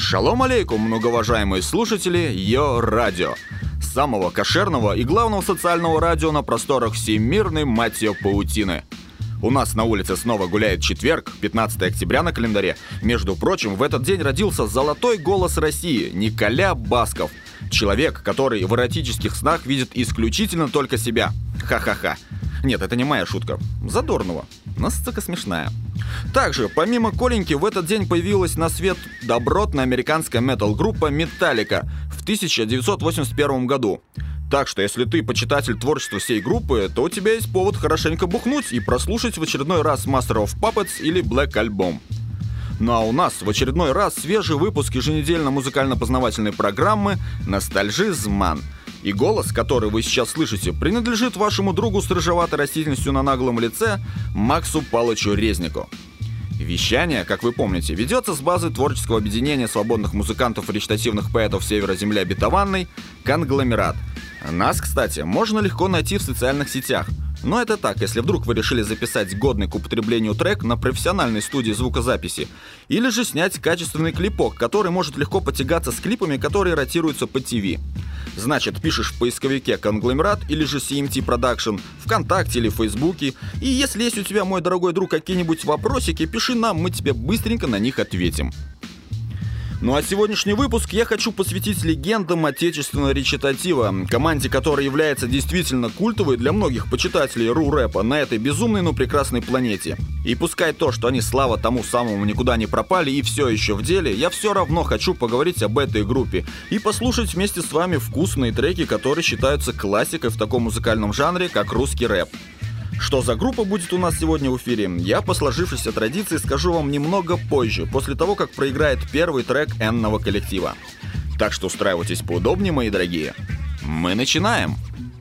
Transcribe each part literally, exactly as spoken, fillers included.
Шалом алейкум, многоуважаемые слушатели Йо Радио, самого кошерного и главного социального радио на просторах всемирной, мать ее, паутины. У нас на улице снова гуляет четверг, пятнадцатое октября на календаре. Между прочим, в этот день родился золотой голос России Николя Басков. Человек, который в эротических снах видит исключительно только себя. Ха-ха-ха. Нет, это не моя шутка. Задорного. Настолько смешная. Также, помимо Коленьки, в этот день появилась на свет добротная американская метал-группа Metallica в тысяча девятьсот восемьдесят первом году. Так что, если ты почитатель творчества всей группы, то у тебя есть повод хорошенько бухнуть и прослушать в очередной раз Master of Puppets или Black Album. Ну а у нас в очередной раз свежий выпуск еженедельно-музыкально-познавательной программы «Ностальжизман». И голос, который вы сейчас слышите, принадлежит вашему другу с рыжеватой растительностью на наглом лице Максу Палычу Резнику. Вещание, как вы помните, ведется с базы творческого объединения свободных музыкантов и речитативных поэтов Севера Земли Обетованной «Конгломерат». Нас, кстати, можно легко найти в социальных сетях. Но это так, если вдруг вы решили записать годный к употреблению трек на профессиональной студии звукозаписи, или же снять качественный клипок, который может легко потягаться с клипами, которые ротируются по ТВ. Значит, пишешь в поисковике «Конгломерат» или же си эм ти Production, ВКонтакте или в Фейсбуке, и если есть у тебя, мой дорогой друг, какие-нибудь вопросики, пиши нам, мы тебе быстренько на них ответим. Ну а сегодняшний выпуск я хочу посвятить легендам отечественного речитатива, команде которой является действительно культовой для многих почитателей ру-рэпа на этой безумной, но прекрасной планете. И пускай то, что они, слава тому самому, никуда не пропали и все еще в деле, я все равно хочу поговорить об этой группе и послушать вместе с вами вкусные треки, которые считаются классикой в таком музыкальном жанре, как русский рэп. Что за группа будет у нас сегодня в эфире, я по сложившейся традиции скажу вам немного позже, после того, как проиграет первый трек энного коллектива. Так что устраивайтесь поудобнее, мои дорогие. Мы начинаем!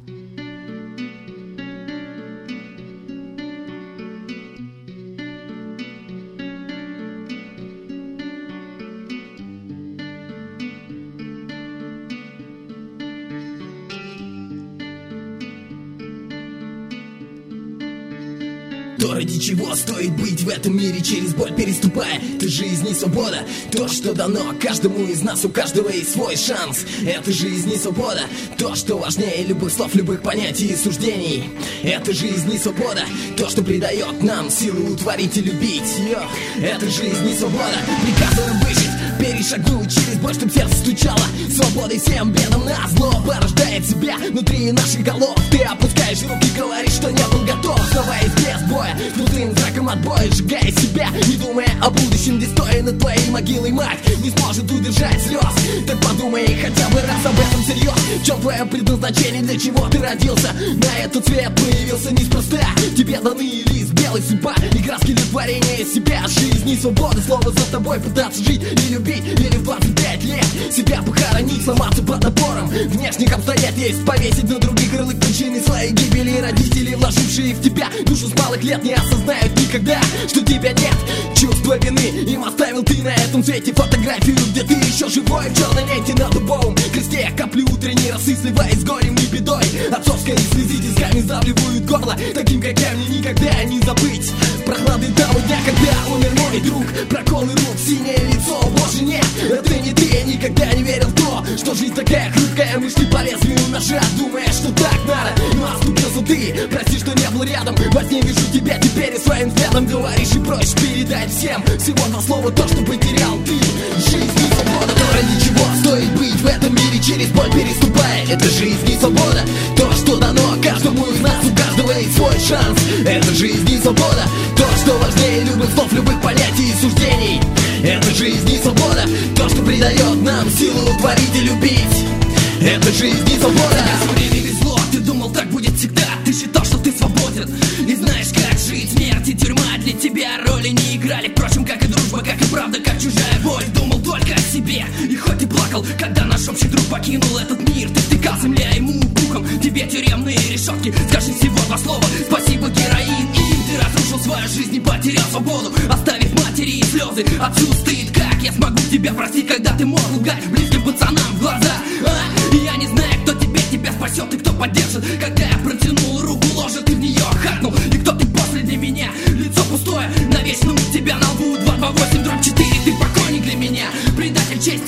То, ради чего стоит быть в этом мире, через боль переступая. Это жизнь и свобода, то, что дано каждому из нас, у каждого есть свой шанс. Это жизнь и свобода, то, что важнее любых слов, любых понятий и суждений. Это жизнь и свобода, то, что придает нам силу творить и любить. Йо. Это жизнь и свобода, приказано выжить, перешагнуть через боль, чтоб сердце стучало. Свободой всем бедам назло порождает себя внутри наших голов. Ты опускаешь руки, говоришь, что не был готов, оставаясь без боя, крутым знаком отбоя, сжигая себя, не думая о будущем, где стоя над твоей могилой мать не сможет удержать слез. Так подумай хотя бы раз об этом всерьез. В чем твое предназначение, для чего ты родился? На этот свет появился неспроста. Тебе даны лист белый, судьба и краски для творения себя. Жизнь и свобода, слово за тобой пытаться жить и любить. Или в двадцать пять лет себя похоронить, сломаться под напором внешних обстоятельств, повесить на других ярлык причины своей гибели. Родители, вложившие в тебя душу с малых лет, не осознают никогда, что тебя нет. Чувство вины им оставил ты на этом свете. Фотографию, где ты еще живой, в черной ленте на дубовом кресте. Капли утренней росы, сливаясь с горем и бедой. Отцовской слезы тисками сдавливают горло. Таким, как я, мне никогда не забыть прохлады того дня, когда умер мой друг. Проколы рук, синее лицо, боже нет, это не ты. Я никогда не верил в то, что жизнь такая хрупкая. Мысли по лезвию ножа, думая, что так надо. Но оступился ты, прости, что не был рядом. Во сне вижу тебя теперь и своим взглядом говоришь и просишь передать всем всего на слово то, что потерял ты. Жизнь и свобода, то, ради чего стоит быть в этом мире, через боль переступая. Это жизнь и свобода, то, что дано каждому из нас, у каждого есть свой шанс. Это жизнь и свобода, то, что важнее любых слов, любых понятий и суждений. Это жизнь и свобода, то, что придает нам силу творить и любить. Это жизнь и свобода. Мне не везло, ты думал, так будет всегда. Ты считал, что ты свободен и знаешь, как жить. Смерть и тюрьма для тебя роли не играли. Впрочем, как и дружба, как и правда, как чужая боль. Думал только о себе, и хоть и плакал, когда наш общий друг покинул этот мир. Ты втыкал земля ему пухом, тебе тюремные решетки. Скажи всего два слова, спасибо, героин. И ты разрушил свою жизнь и потерял свободу, оставив матери и слезы. Отцу стыд, как я смогу тебя простить, когда ты мог лгать близким пацанам в глаза? А? И я не знаю, кто теперь тебя спасет и кто поддержит, когда я протянул руку, ложит и в нее хакнул. И кто ты после для меня? Лицо пустое, навечно у тебя на лбу. Два два восемь дробь четыре, ты покойник для меня. Предатель чести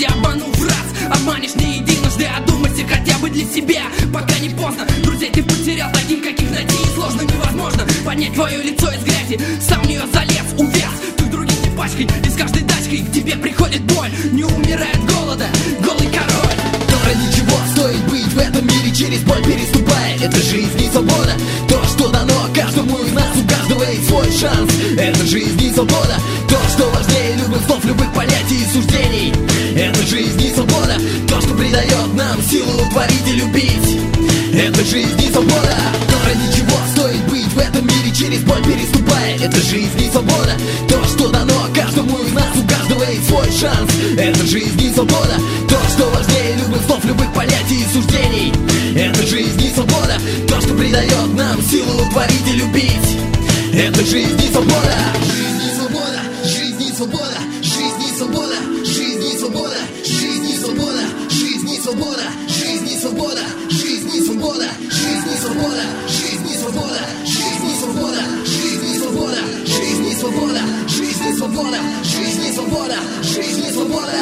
себя, пока не поздно. Друзей ты потерял, таких, каких найти сложно, невозможно поднять твое лицо из грязи. Сам в нее залез, увяз, ты других не пачкай. И с каждой тачкой к тебе приходит боль. Не умирает голода, голый король. То, ради чего стоит быть в этом мире, через боль переступая. Это жизнь и свобода, то, что дано каждому из нас. У каждого есть свой шанс. Это жизнь и свобода, то, что важнее любых слов, любых понятий и суждений. Это жизнь и свобода, то, что придает нам силу творить и любить. Это жизнь и свобода, то, ради чего стоит быть в этом мире, через боль переступая. Это жизнь и свобода, то, что дано каждому из нас. У каждого есть свой шанс. Это жизнь и свобода, то, что важнее любых слов, любых понятий и суждений. Это жизнь и свобода, то, что придает нам силу творить и любить. Это жизнь и свобода. Жизнь и свобода, жизнь и свобода, жизнь и свобода, жизнь и свобода, жизнь и свобода, жизнь и свобода, жизнь и свобода, жизнь и свобода, жизнь и свобода, жизнь и свобода, жизнь и свобода, жизнь и свобода, жизнь и свобода, жизнь и свобода, жизнь и свобода, жизнь и свобода.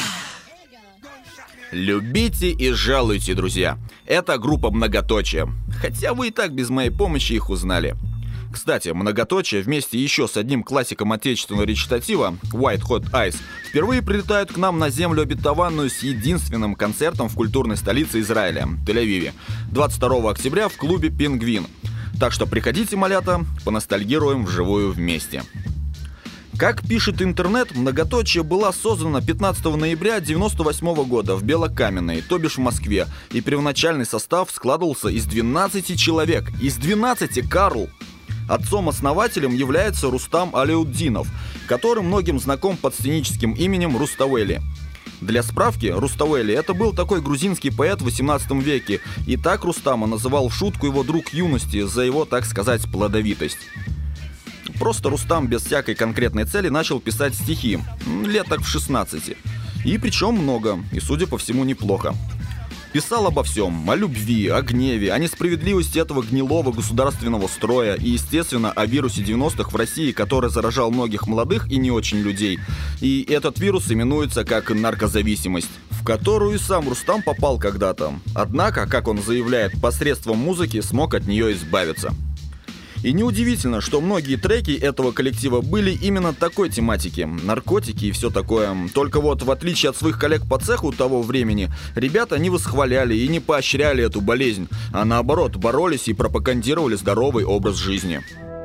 Любите и жалуйте, друзья. Это группа «Многоточие». Хотя вы и так без моей помощи их узнали. Кстати, «Многоточие» вместе еще с одним классиком отечественного речитатива White Hot Eyes впервые прилетают к нам на землю обетованную с единственным концертом в культурной столице Израиля, Тель-Авиве, двадцать второго октября в клубе «Пингвин». Так что приходите, малята, поностальгируем вживую вместе. Как пишет интернет, «Многоточие» была создана пятнадцатого ноября девяносто восьмого года в Белокаменной, то бишь в Москве, и первоначальный состав складывался из двенадцати человек. Из двенадцати, Карл! Отцом-основателем является Рустам Аляутдинов, который многим знаком под сценическим именем Руставели. Для справки, Руставели — это был такой грузинский поэт в восемнадцатом веке, и так Рустама называл в шутку его друг юности за его, так сказать, плодовитость. Просто Рустам без всякой конкретной цели начал писать стихи, лет так в шестнадцати. И причем много, и, судя по всему, неплохо. Писал обо всем, о любви, о гневе, о несправедливости этого гнилого государственного строя и, естественно, о вирусе девяностых в России, который заражал многих молодых и не очень людей. И этот вирус именуется как наркозависимость, в которую и сам Рустам попал когда-то. Однако, как он заявляет, посредством музыки смог от нее избавиться. И неудивительно, что многие треки этого коллектива были именно такой тематики. Наркотики и все такое. Только вот, в отличие от своих коллег по цеху того времени, ребята не восхваляли и не поощряли эту болезнь, а наоборот, боролись и пропагандировали здоровый образ жизни.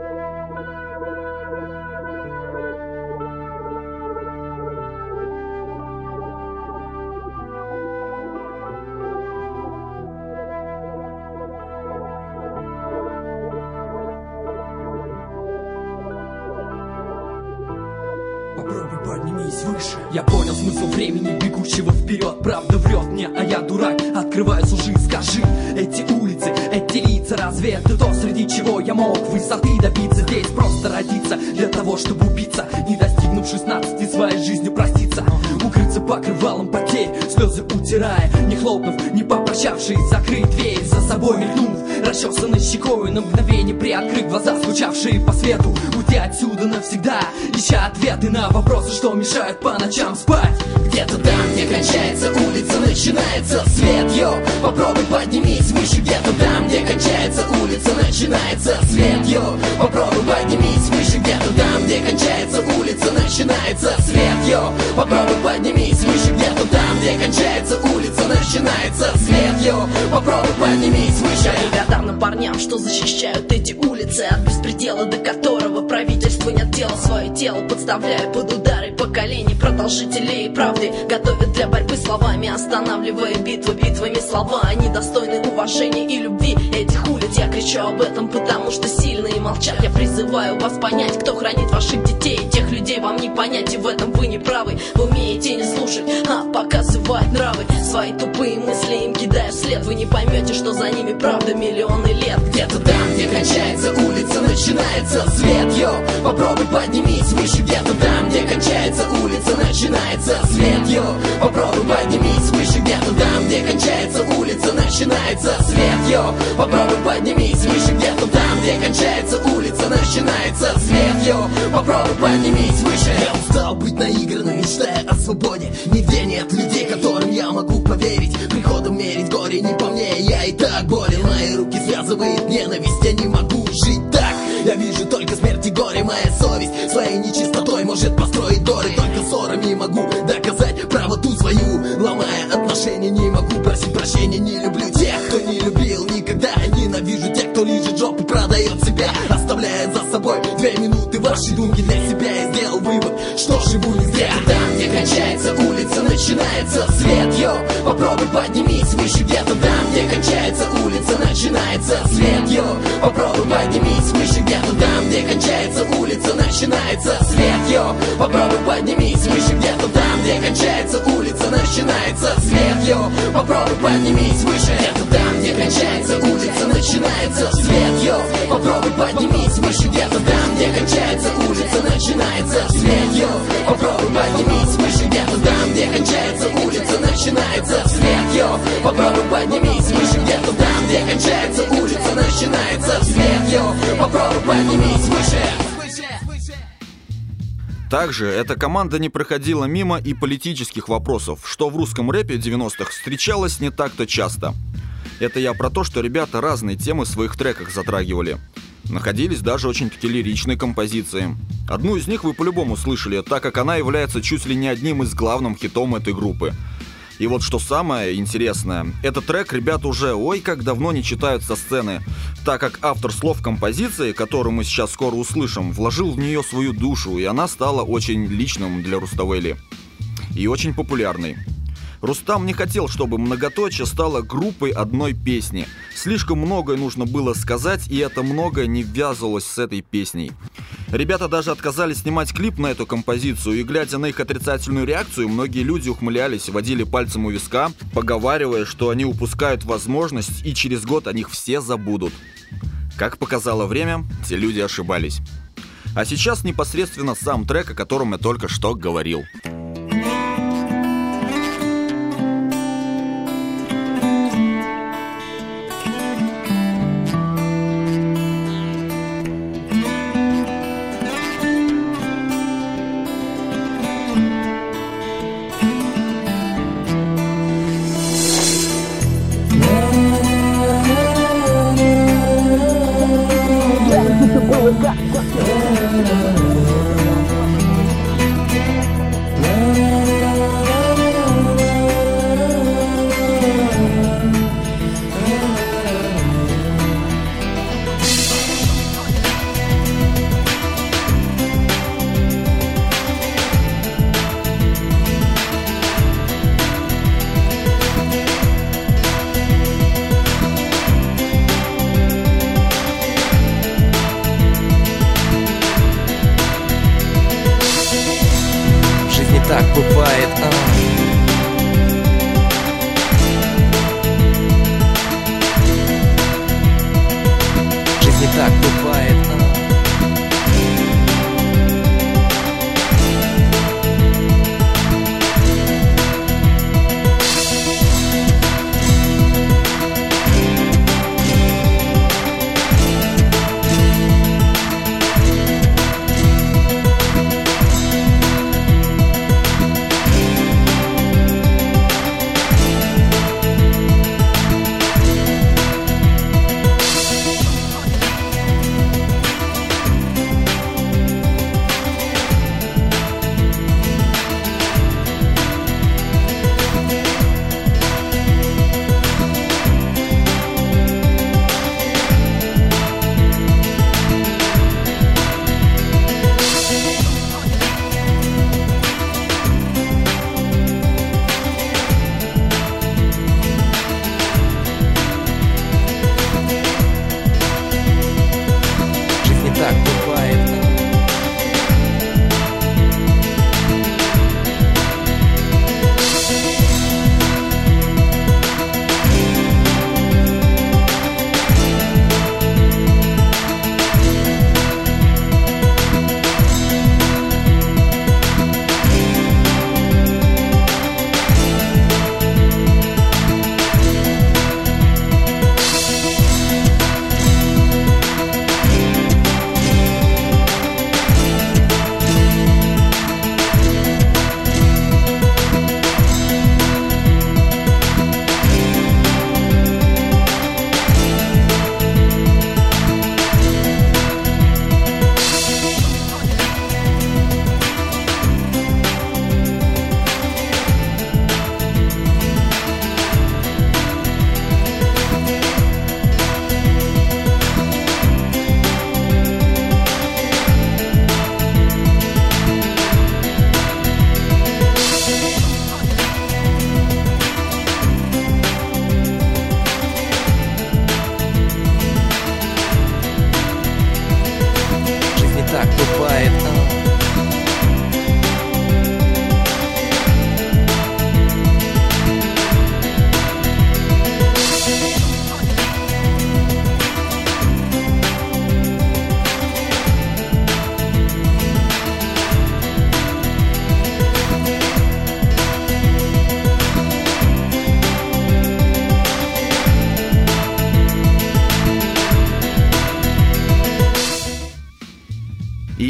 Попробуй поднимись выше. Я понял смысл времени, бегущего вперед. Правда врет мне, а я дурак. Открываю лжи, скажи. Эти улицы, эти лица, разве это то, среди чего я мог высоты добиться? Здесь просто родиться для того, чтобы убиться, не достигнув шестнадцати, своей жизнью проститься. Укрыться покрывалом потерь, слезы утирая, не хлопнув, не попрощавшись, закрыть дверь за собой мелькнув, расчесанной щекой, на мгновение приоткрыв глаза, скучавшие по свету. Уйти отсюда навсегда, ища ответы на вопросы, что мешают по ночам спать. Где-то там, где кончается улица, начинается свет, йо. Попробуй поднимись выше. Где-то там, где кончается улица, начинается свет, йо. Попробуй поднимись выше. Где-то там, где кончается улица, начинается свет, йо. Попробуй поднимись выше. Где-то там, где кончается улица, начинается свет, йо. Попробуй поднимись выше. Ребятам, парням, что защищают эти улицы от беспредела, до которого правительство не отдело свое тело, подставляя под удары поколений продолжителей правды, готовят для борьбы словами, останавливая битвы битвами слова. Они достойны уважения и любви этих улиц. Я кричу об этом, потому что сильные молчат. Я призываю вас понять, кто хранит ваших детей. Тех людей вам не понять, и в этом вы не правы. Вы умеете не слушать, а показывать нравы. Свои тупые мысли им кидая вслед. Вы не поймете, что за ними правда миллионы лет. Где-то там, где кончается улица, начинается свет, йо. Попробуй поднимись выше. Где-то там, где кончается улица, начинается свет, йо. Попробуй поднимись выше. Где-то там, где кончается улица, начинается свет, йо. Попробуй поднимись выше. Где-то там, где кончается улица, начинается свет, йо. Попробуй поднимись выше. Я устал быть наигранным, мечтая о свободе. Нигде нет людей, которым я могу поверить. Приходом мерить горе не по мне. окутывает ненависть. Я не могу жить так, я вижу только смерть и горе. Моя совесть своей нечистотой может построить горы. Только ссорами могу доказать правоту свою. Ломая отношения, не могу просить прощения. Не люблю тех, кто не любил никогда. Ненавижу тех, кто лижет жопу, продает себя, оставляет за собой две минуты вашей думки для себя. Я сделал вывод, что живу не зря. Там, где кончается улица, начинается свет. Йо, попробуй поднимись выше. Где-то там, где кончается улица, начинается свет. Йо, попробуй поднимись выше. Где-то там, где кончается улица, начинается свет. Йо, попробуй поднимись выше. Где-то там, где кончается улица, начинается свет. Йо, попробуй поднимись выше. Где-то там, где кончается улица, начинается свет. Йо, попробуй поднимись выше. Где-то там, где кончается улица, начинается свет. Йо, попробуй поднимись выше. Где-то там, где кончается улица, начинается свет. Йо, попробуй поднимись выше. Где-то там, где кончается улица, начинается свет. Йо, попробуй поднимись выше. Также эта команда не проходила мимо и политических вопросов, что в русском рэпе девяностых встречалось не так-то часто. Это я про то, что ребята разные темы в своих треках затрагивали. Находились даже очень-таки лиричные композиции. Одну из них вы по-любому слышали, так как она является чуть ли не одним из главных хитов этой группы. И вот что самое интересное, этот трек ребята уже ой как давно не читают со сцены, так как автор слов композиции, которую мы сейчас скоро услышим, вложил в нее свою душу, и она стала очень личным для Руставели и очень популярной. Рустам не хотел, чтобы многоточие стало группой одной песни. Слишком многое нужно было сказать, и это многое не ввязывалось с этой песней. Ребята даже отказались снимать клип на эту композицию, и глядя на их отрицательную реакцию, многие люди ухмылялись, водили пальцем у виска, поговаривая, что они упускают возможность, и через год о них все забудут. Как показало время, те люди ошибались. А сейчас непосредственно сам трек, о котором я только что говорил. Так бывает, а. В жизни так бывает, а.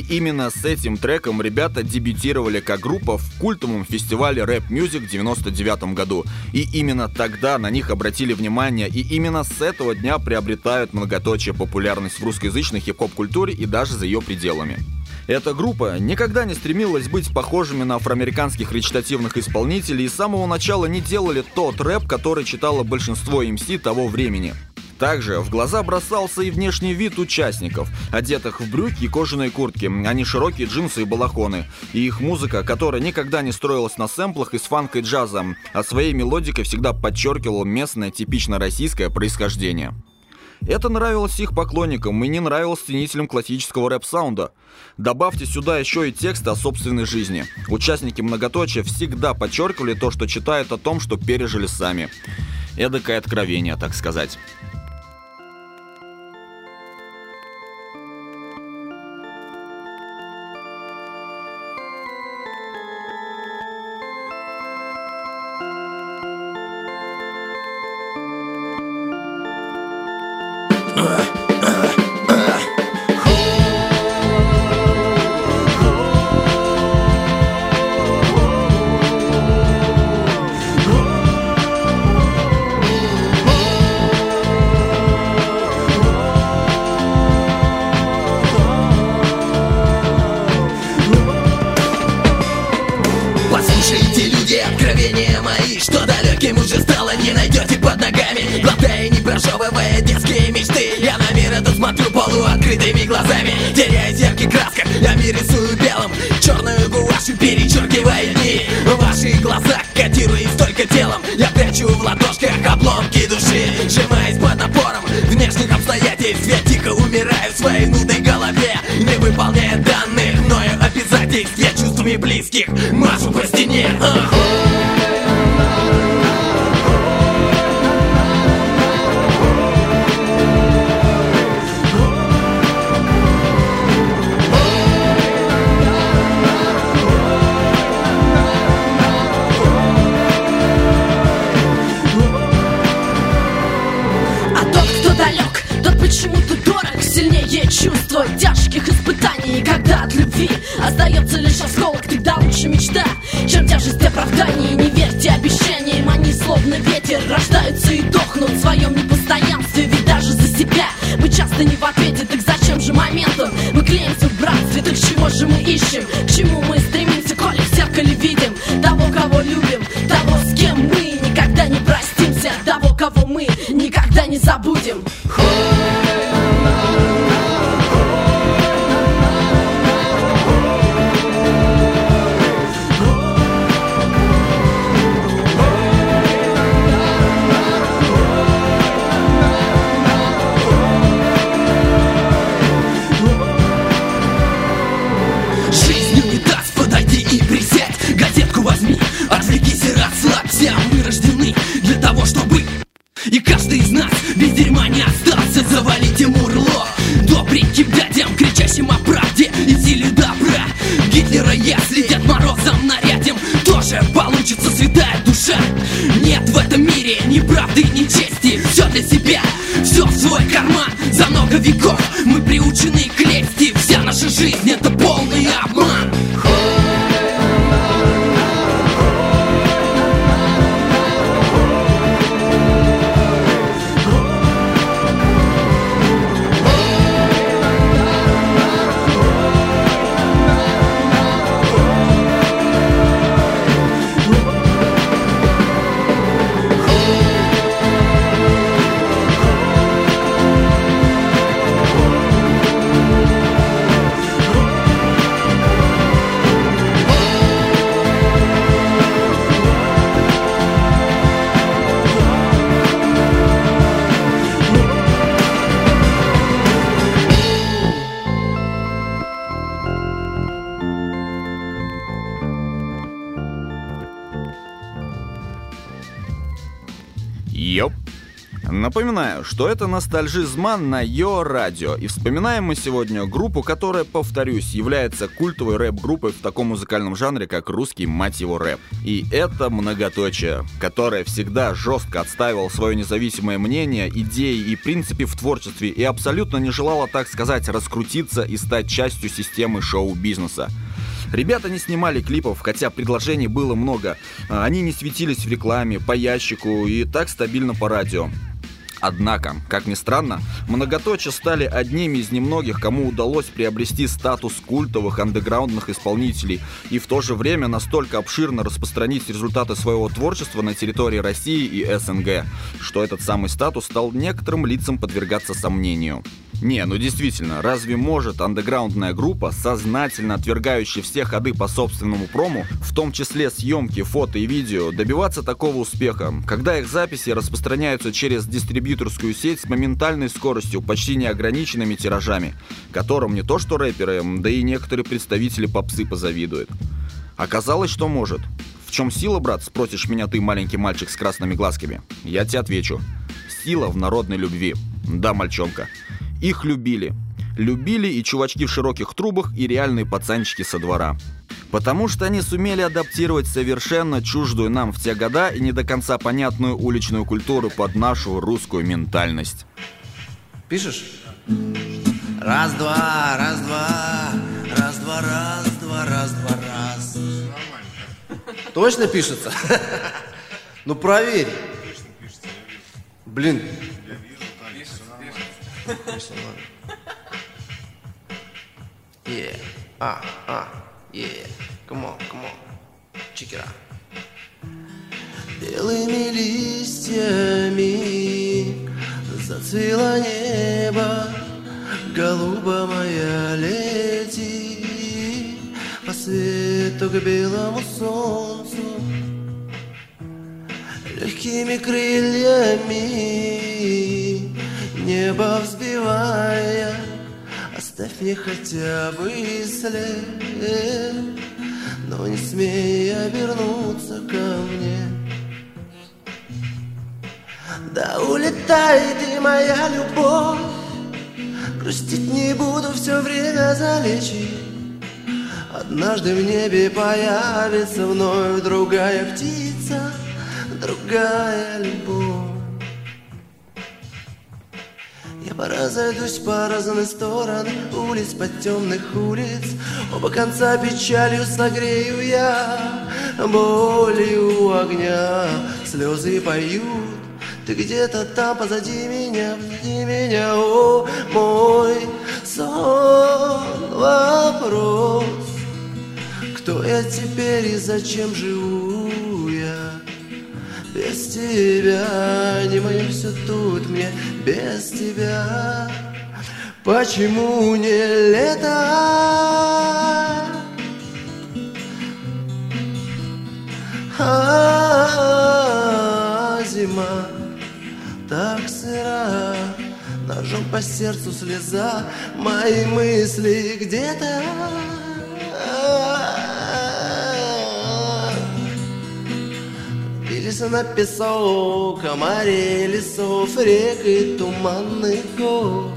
именно с этим треком ребята дебютировали как группа в культовом фестивале Rap Music в девяносто девятом году. И именно тогда на них обратили внимание, и именно с этого дня приобретают многоточие популярность в русскоязычной хип-хоп-культуре и даже за ее пределами. Эта группа никогда не стремилась быть похожими на афроамериканских речитативных исполнителей и с самого начала не делали тот рэп, который читало большинство эм си того времени. Также в глаза бросался и внешний вид участников, одетых в брюки и кожаные куртки, а не широкие джинсы и балахоны. И их музыка, которая никогда не строилась на сэмплах из фанка и джаза, а своей мелодикой всегда подчеркивала местное типично российское происхождение. Это нравилось их поклонникам и не нравилось ценителям классического рэп-саунда. Добавьте сюда еще и тексты о собственной жизни. Участники многоточия всегда подчеркивали то, что читают о том, что пережили сами. Эдакое откровение, так сказать. Послушайте, люди, откровения мои, что далеким уже стало, не найдете под ногами. Глотая, не прожевывая детские мечты, я на мир этот смотрю полуоткрытыми глазами. Теряясь в ярких красках, я мир рисую белым, черную гуашью перечеркивая дни. В ваших глазах котируясь только телом, я прячу в ладошках обломки души. Сжимаясь под напором внешних обстоятельств, я тихо умираю в своей нудной голове, не выполняя данных мною обязательств. Я чувствами близких машу по стене. Ах. Почему-то дорог, сильнее чувства тяжких испытаний. Когда от любви остается лишь осколок, тогда лучше мечта, чем тяжесть оправданий. Не верьте обещаниям, они словно ветер рождаются и дохнут в своем непостоянстве. Ведь даже за себя мы часто не в ответе. Так зачем же моментом мы клеимся в братстве? Так чего же мы ищем, к чему мы стремимся, коли в зеркале видим того, кого любим, того, с кем мы никогда не простимся, того, кого мы никогда не забудем. Жизнью не даст, подойди и присядь, газетку возьми, отвлекись и расслабься. Мы рождены для того, чтобы и каждый из нас без дерьма не остался. Завалите мурло добреньким дядям, кричащим о правде и силе добра. Гитлера, если Дед Морозом нарядим, тоже получится святая душа. Нет в этом мире ни правды, ни чести, все для себя, все в свой карман. За много веков мы приучены к лести, вся наша жизнь это полный обман. Йоп. Напоминаю, что это ностальжизман на Йо Радио, и вспоминаем мы сегодня группу, которая, повторюсь, является культовой рэп-группой в таком музыкальном жанре, как русский, мать его, рэп. И это Многоточие, которое всегда жестко отстаивало свое независимое мнение, идеи и принципы в творчестве и абсолютно не желало, так сказать, раскрутиться и стать частью системы шоу-бизнеса. Ребята не снимали клипов, хотя предложений было много. Они не светились в рекламе, по ящику и так стабильно по радио. Однако, как ни странно, Многоточие стали одними из немногих, кому удалось приобрести статус культовых андеграундных исполнителей и в то же время настолько обширно распространить результаты своего творчества на территории России и СНГ, что этот самый статус стал некоторым лицам подвергаться сомнению. Не, ну действительно, разве может андеграундная группа, сознательно отвергающая все ходы по собственному прому, в том числе съемки, фото и видео, добиваться такого успеха, когда их записи распространяются через дистрибьюторскую сеть с моментальной скоростью, почти неограниченными тиражами, которым не то что рэперы, да и некоторые представители попсы позавидуют? Оказалось, что может. В чем сила, брат, спросишь меня ты, маленький мальчик с красными глазками? Я тебе отвечу. Сила в народной любви. Да, мальчонка. Их любили. Любили и чувачки в широких трубах, и реальные пацанчики со двора. Потому что они сумели адаптировать совершенно чуждую нам в те года и не до конца понятную уличную культуру под нашу русскую ментальность. Пишешь? Раз-два, раз-два, раз-два, раз-два, раз-два, раз. Точно пишется? Ну проверь. Блин. Yeah, ah, ah, yeah, come on, come on, check it out. Белыми листьями зацвело небо, голуба моя, лети по свету к белому солнцу, легкими крыльями небо взбивая, оставь мне хотя бы след, но не смей обернуться ко мне. Да улетай ты, моя любовь, грустить не буду, все время залечи. Однажды в небе появится вновь другая птица, другая любовь. Я поразойдусь по разные стороны улиц, под темных улиц, оба конца печалью согрею я, болью огня, слезы поют. Ты где-то там позади меня, позади меня, о, мой сон, вопрос. Кто я теперь и зачем живу я? Без тебя, не мое все тут мне, без тебя. Почему не лето? А зима так сыра, ножом по сердцу слеза, мои мысли где-то. На песок, море, лесов, рек и туманных гор.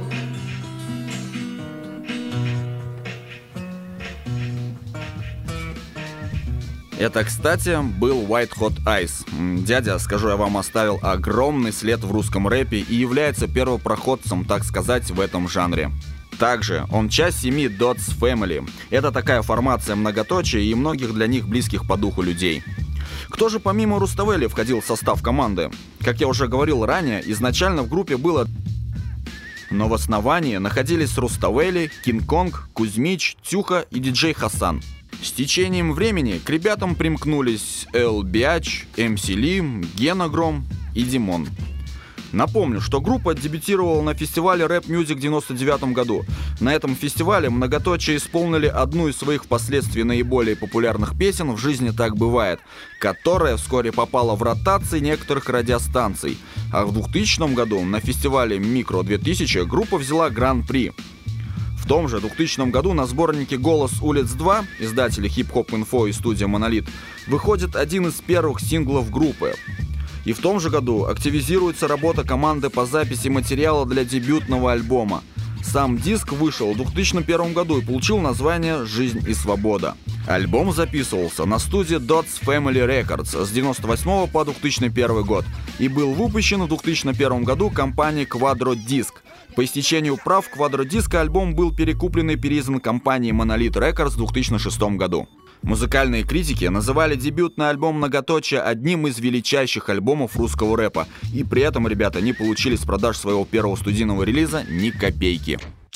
Это, кстати, был White Hot Ice. Дядя, скажу я вам, оставил огромный след в русском рэпе и является первопроходцем, так сказать, в этом жанре. Также он часть семьи Dots Family. Это такая формация многоточия и многих для них близких по духу людей. Кто же помимо Руставели входил в состав команды? Как я уже говорил ранее, изначально в группе было... Но в основании находились Руставели, Кинг-Конг, Кузьмич, Тюха и диджей Хасан. С течением времени к ребятам примкнулись Эл Биач, эм си Ли, Гена Гром и Димон. Напомню, что группа дебютировала на фестивале Rap Music в девяносто девятом году. На этом фестивале многоточие исполнили одну из своих впоследствии наиболее популярных песен «В жизни так бывает», которая вскоре попала в ротации некоторых радиостанций. А в двухтысячном году на фестивале Микро две тысячи группа взяла гран-при. В том же двухтысячном году на сборнике «Голос улиц два» издатели Hip Hop Info и студия Monolith выходит один из первых синглов группы. И в том же году активизируется работа команды по записи материала для дебютного альбома. Сам диск вышел в две тысячи первом году и получил название «Жизнь и свобода». Альбом записывался на студии Dots Family Records с девяносто восьмого по две тысячи первый год и был выпущен в две тысячи первом году компанией Quadro Disc. По истечению прав Quadro Disc альбом был перекуплен и переиздан компанией Monolith Records в две тысячи шестом году. Музыкальные критики называли дебютный альбом «Многоточие» одним из величайших альбомов русского рэпа, и при этом ребята не получили с продаж своего первого студийного релиза ни копейки.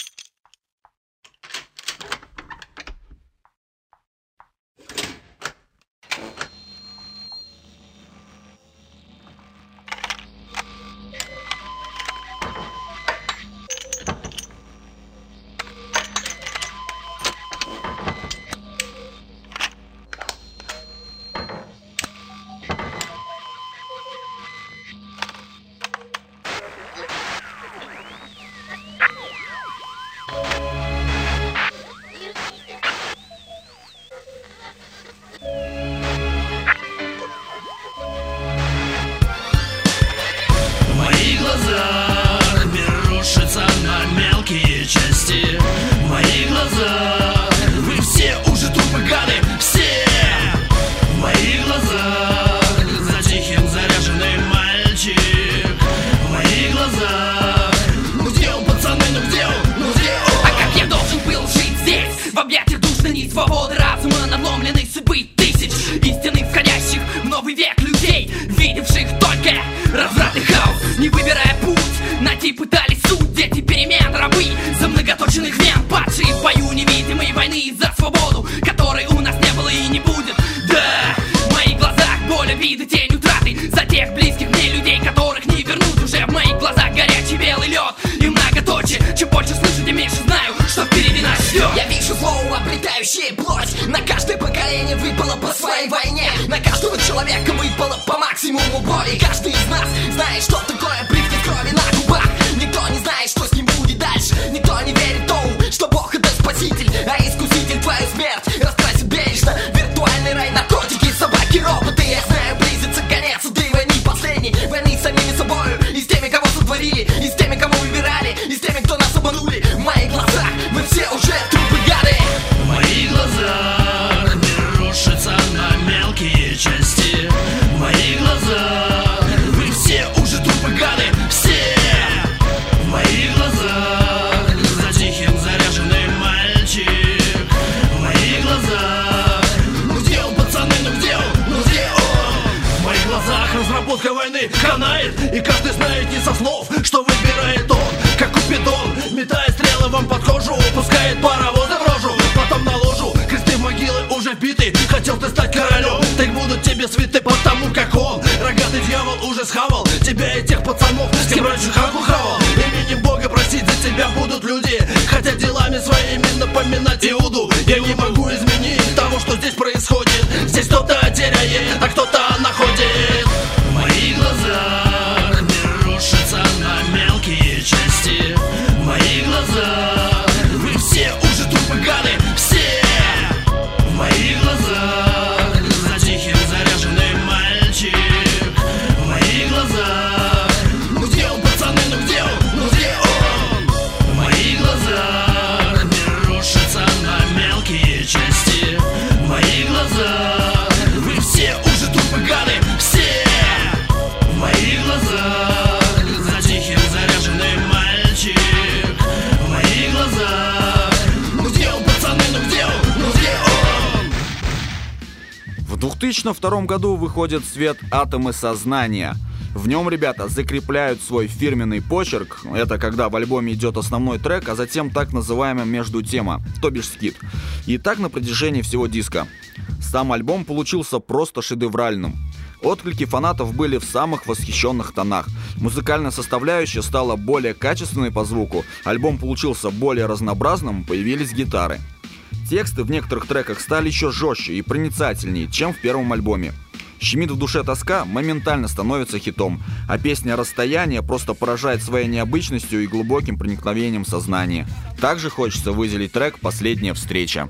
Свободы разума, надломленной судьбы тысяч истинных входящих в новый век людей, видевших только разврат и хаос, не выбирая путь. Найти пытались суть, дети перемен, рабы за многоточенных вен, падшие в бою невидимой войны за свободу, которой у нас не было и не будет. Да, в моих глазах боль, обиды, тень утраты за тех близких мне людей, которых не вернуть уже. В моих глазах горячий белый лед и многоточие. Чем больше слышу, тем меньше знаю, что впереди нас ждет. Я вижу зло, обретающее плоть. На каждое поколение выпало по своей войне. На каждого человека выпало по максимуму боли. Каждый из нас знает, что такое привкус крови на губах. Никто не знает, что с ним будет дальше. Никто не верит тому, что Бог это спаситель, а искуситель твою смерть раскрасит бережно. Виртуальный рай, наркотики, собаки, роботы. Я знаю, близится конец этой войны последней. Войны с самими собою и с теми, кого сотворили, и с теми, кого выбирали, и с теми, кто нас обманули. В моих глазах мы все уже трупы, гады. В моих глазах мир рушится на мелкие части. В моих глазах вы все уже трупы, гады, все. В моих глазах за тихим заряженный мальчик. В моих глазах, ну где он, пацаны, ну где он, ну где он? В моих глазах разработка войны канает, и каждый знает не со слов, что выбирает он, как Купидон, метая стрелы вам под кожу, пускает паровозы в рожу, потом на ложу, кресты в могилы уже вбиты. Хотел ты стать королем, так будут тебе свиты, потому как он, рогатый дьявол, уже схавал тебя и тех пацанов, с кем раньше хаку хавал. Именем Бога просить за тебя будут люди, хотят делами своими напоминать Иуду. Я не могу изменить того, что здесь происходит. Здесь кто-то теряет, а кто-то находит. В моих глазах мир рушится на мелкие части. В моих глазах вы все уже трупы, гады, все. В моих глазах за тихим заряженный мальчик. В моих глазах, ну где он, пацаны, ну где он, ну где он? В моих глазах мир рушится на мелкие части. В моих глазах вы все уже трупы, гады, все. В моих глазах за тихим заряженный мальчик. В моих глазах, ну где он, пацаны, ну где он, ну где он? В две тысячи втором году выходит в свет «Атомы сознания». В нем ребята закрепляют свой фирменный почерк. Это когда в альбоме идет основной трек, а затем так называемая междутема, то бишь скит. И так на протяжении всего диска. Сам альбом получился просто шедевральным. Отклики фанатов были в самых восхищенных тонах. Музыкальная составляющая стала более качественной по звуку, альбом получился более разнообразным, появились гитары. Тексты в некоторых треках стали еще жестче и проницательнее, чем в первом альбоме. «Щемит в душе тоска» моментально становится хитом, а песня «Расстояние» просто поражает своей необычностью и глубоким проникновением сознания. Также хочется выделить трек «Последняя встреча».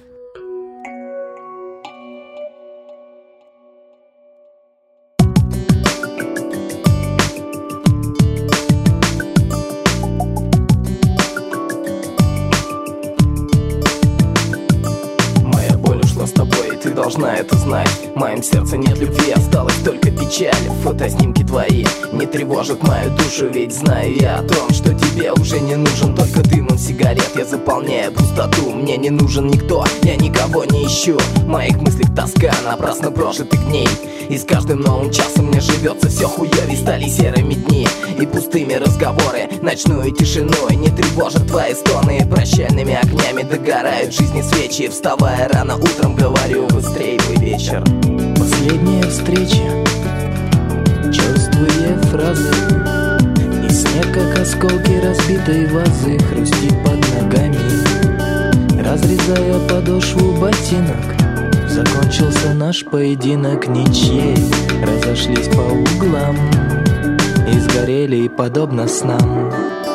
должна это знать. В моем сердце нет любви, осталось только печаль. Фотоснимки твои не тревожат мою душу, ведь знаю я о том, что тебе уже не нужен только дымом сигарет. Я заполняю пустоту, мне не нужен никто, я никого не ищу. В моих мыслях тоска напрасно прожитых дней, и с каждым новым часом мне живется все хуёвей. Стали серыми дни и пустыми разговоры, ночную тишину не тревожат твои стоны. Прощальными огнями догорают в жизни свечи. Вставая рано утром, говорю, быстрей бы вечер. Последняя встреча, чувствуя фразы, и снег, как осколки разбитой вазы, хрустит под ногами, разрезая подошву ботинок. Закончился наш поединок ничьей, разошлись по углам и сгорели подобно снам.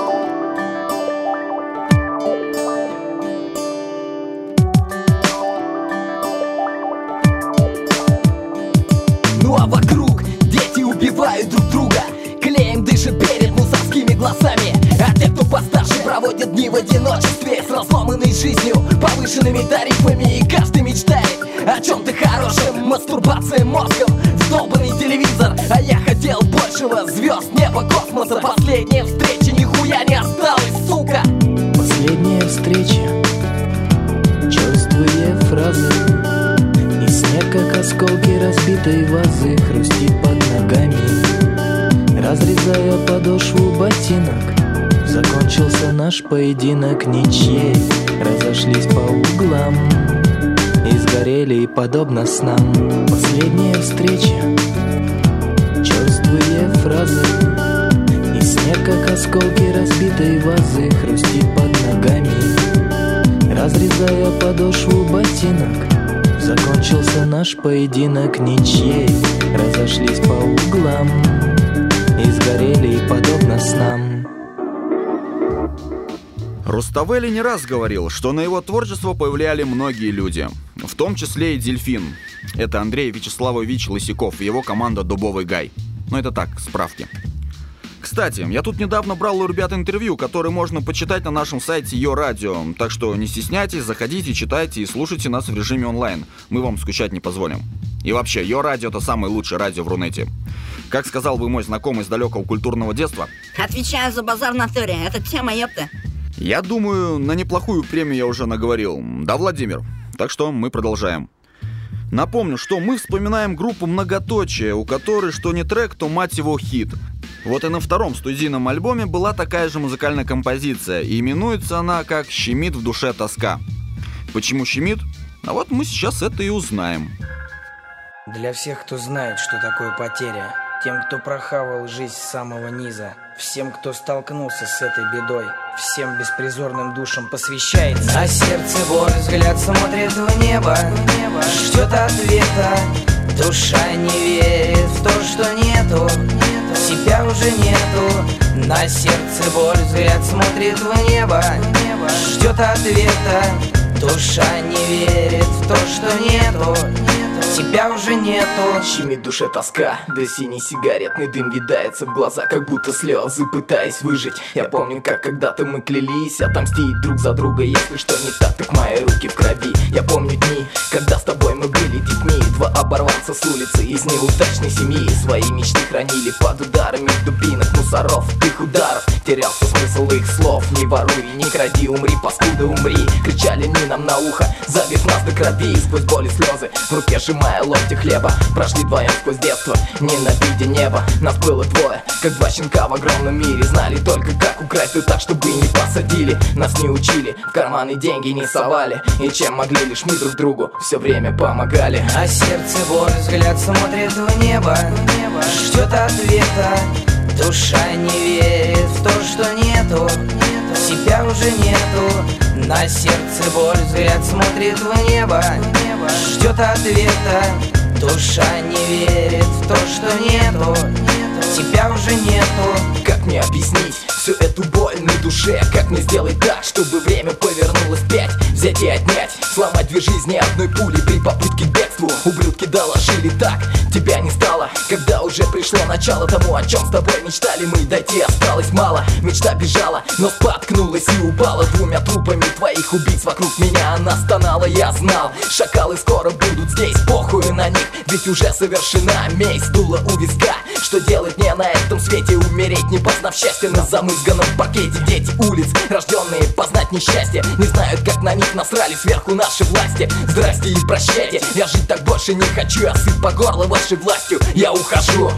Ну а вокруг дети убивают друг друга, клеем дышит перед мусорскими глазами. А те, кто постарше, проводят дни в одиночестве, с разломанной жизнью, повышенными тарифами. И каждый мечтает о чем-то хорошем, мастурбация мозгом, вдолбанный телевизор. А я хотел большего, звезд, неба, космоса. Последняя встреча, нихуя не осталось, сука. Последняя встреча, чувствуя фразы, и снег, как осколки разбитой вазы, хрустит под ногами, разрезая подошву ботинок. Закончился наш поединок ничьей, разошлись по углам и сгорели подобно снам. Последняя встреча, чувствуя фразы, и снег, как осколки разбитой вазы, хрустит под ногами, разрезая подошву ботинок. Закончился наш поединок ничьей, разошлись по углам и сгорели подобно снам. Руставели не раз говорил, что на его творчество повлияли многие люди, в том числе и Дельфин. Это Андрей Вячеславович Лысяков и его команда «Дубовый гай». Но это так, справки. Кстати, я тут недавно брал у ребят интервью, которые можно почитать на нашем сайте Йо Радио. Так что не стесняйтесь, заходите, читайте и слушайте нас в режиме онлайн. Мы вам скучать не позволим. И вообще, Йо Радио — это самое лучшее радио в Рунете. Как сказал бы мой знакомый из далекого культурного детства: отвечаю за базар в натуре, это тема, ёпта. Я думаю, на неплохую премию я уже наговорил. Да, Владимир? Так что мы продолжаем. Напомню, что мы вспоминаем группу «Многоточие», у которой что не трек, то, мать его, хит. Вот и на втором студийном альбоме была такая же музыкальная композиция, и именуется она как «Щемит в душе тоска». Почему щемит? А вот мы сейчас это и узнаем. Для всех, кто знает, что такое потеря, тем, кто прохавал жизнь с самого низа, всем, кто столкнулся с этой бедой, всем беспризорным душам посвящается. А сердце боль, взгляд смотрит в небо, ждет ответа. Душа не верит в то, что нету, тебя уже нету. На сердце боль, взгляд смотрит в небо, ждет ответа. Душа не верит в то, что нету, тебя уже нету. Щемит в душе тоска, да синий сигаретный дым видается в глаза, как будто слезы, пытаясь выжить. Я помню, как когда-то мы клялись отомстить друг за друга. Если что не так, так мои руки в крови. Я помню дни, когда с тобой мы были детьми, два оборванца с улицы из неудачной семьи. Свои мечты хранили под ударами дубинок, мусоров, их ударов. Терялся смысл их слов: не воруй, не кради, умри, паскуда, умри. Кричали они нам на ухо, забив нас до крови. Сквозь боль и слезы, в руке сжимая ломти хлеба, прошли вдвоем сквозь детство, ненавидя небо. Нас было двое, как два щенка в огромном мире. Знали только, как украсть и так, чтобы не посадили. Нас не учили, в карманы деньги не совали, и чем могли, лишь мы друг другу все время помогали. А сердце боль, взгляд смотрит в небо, ждет ответа. Душа не верит в то, что нету, тебя уже нету. На сердце боль, взгляд смотрит в небо, ждет ответа. Душа не верит в то, что нету, тебя уже нету. Как мне объяснить всю эту боль на душе? Как мне сделать так, чтобы время повернулось вспять? Взять и отнять, сломать две жизни одной пули при попытке к бегству. Ублюдки доложили так, тебя не стало, когда уже пришло начало тому, о чем с тобой мечтали мы. Дойти осталось мало, мечта бежала, но споткнулась и упала. Двумя трупами твоих убийц вокруг меня она стонала. Я знал, шакалы скоро будут здесь, похуй на них, ведь уже совершена месть. Дуло у виска, что делать мне на этом свете? Умереть, не познав счастья на замызганном паркете. Дети улиц, рожденные познать несчастье, не знают, как на них насрали сверху наши власти. Здрасте и прощайте, я жить так больше не хочу. Я сыт по горло вашей властью, я ухожу.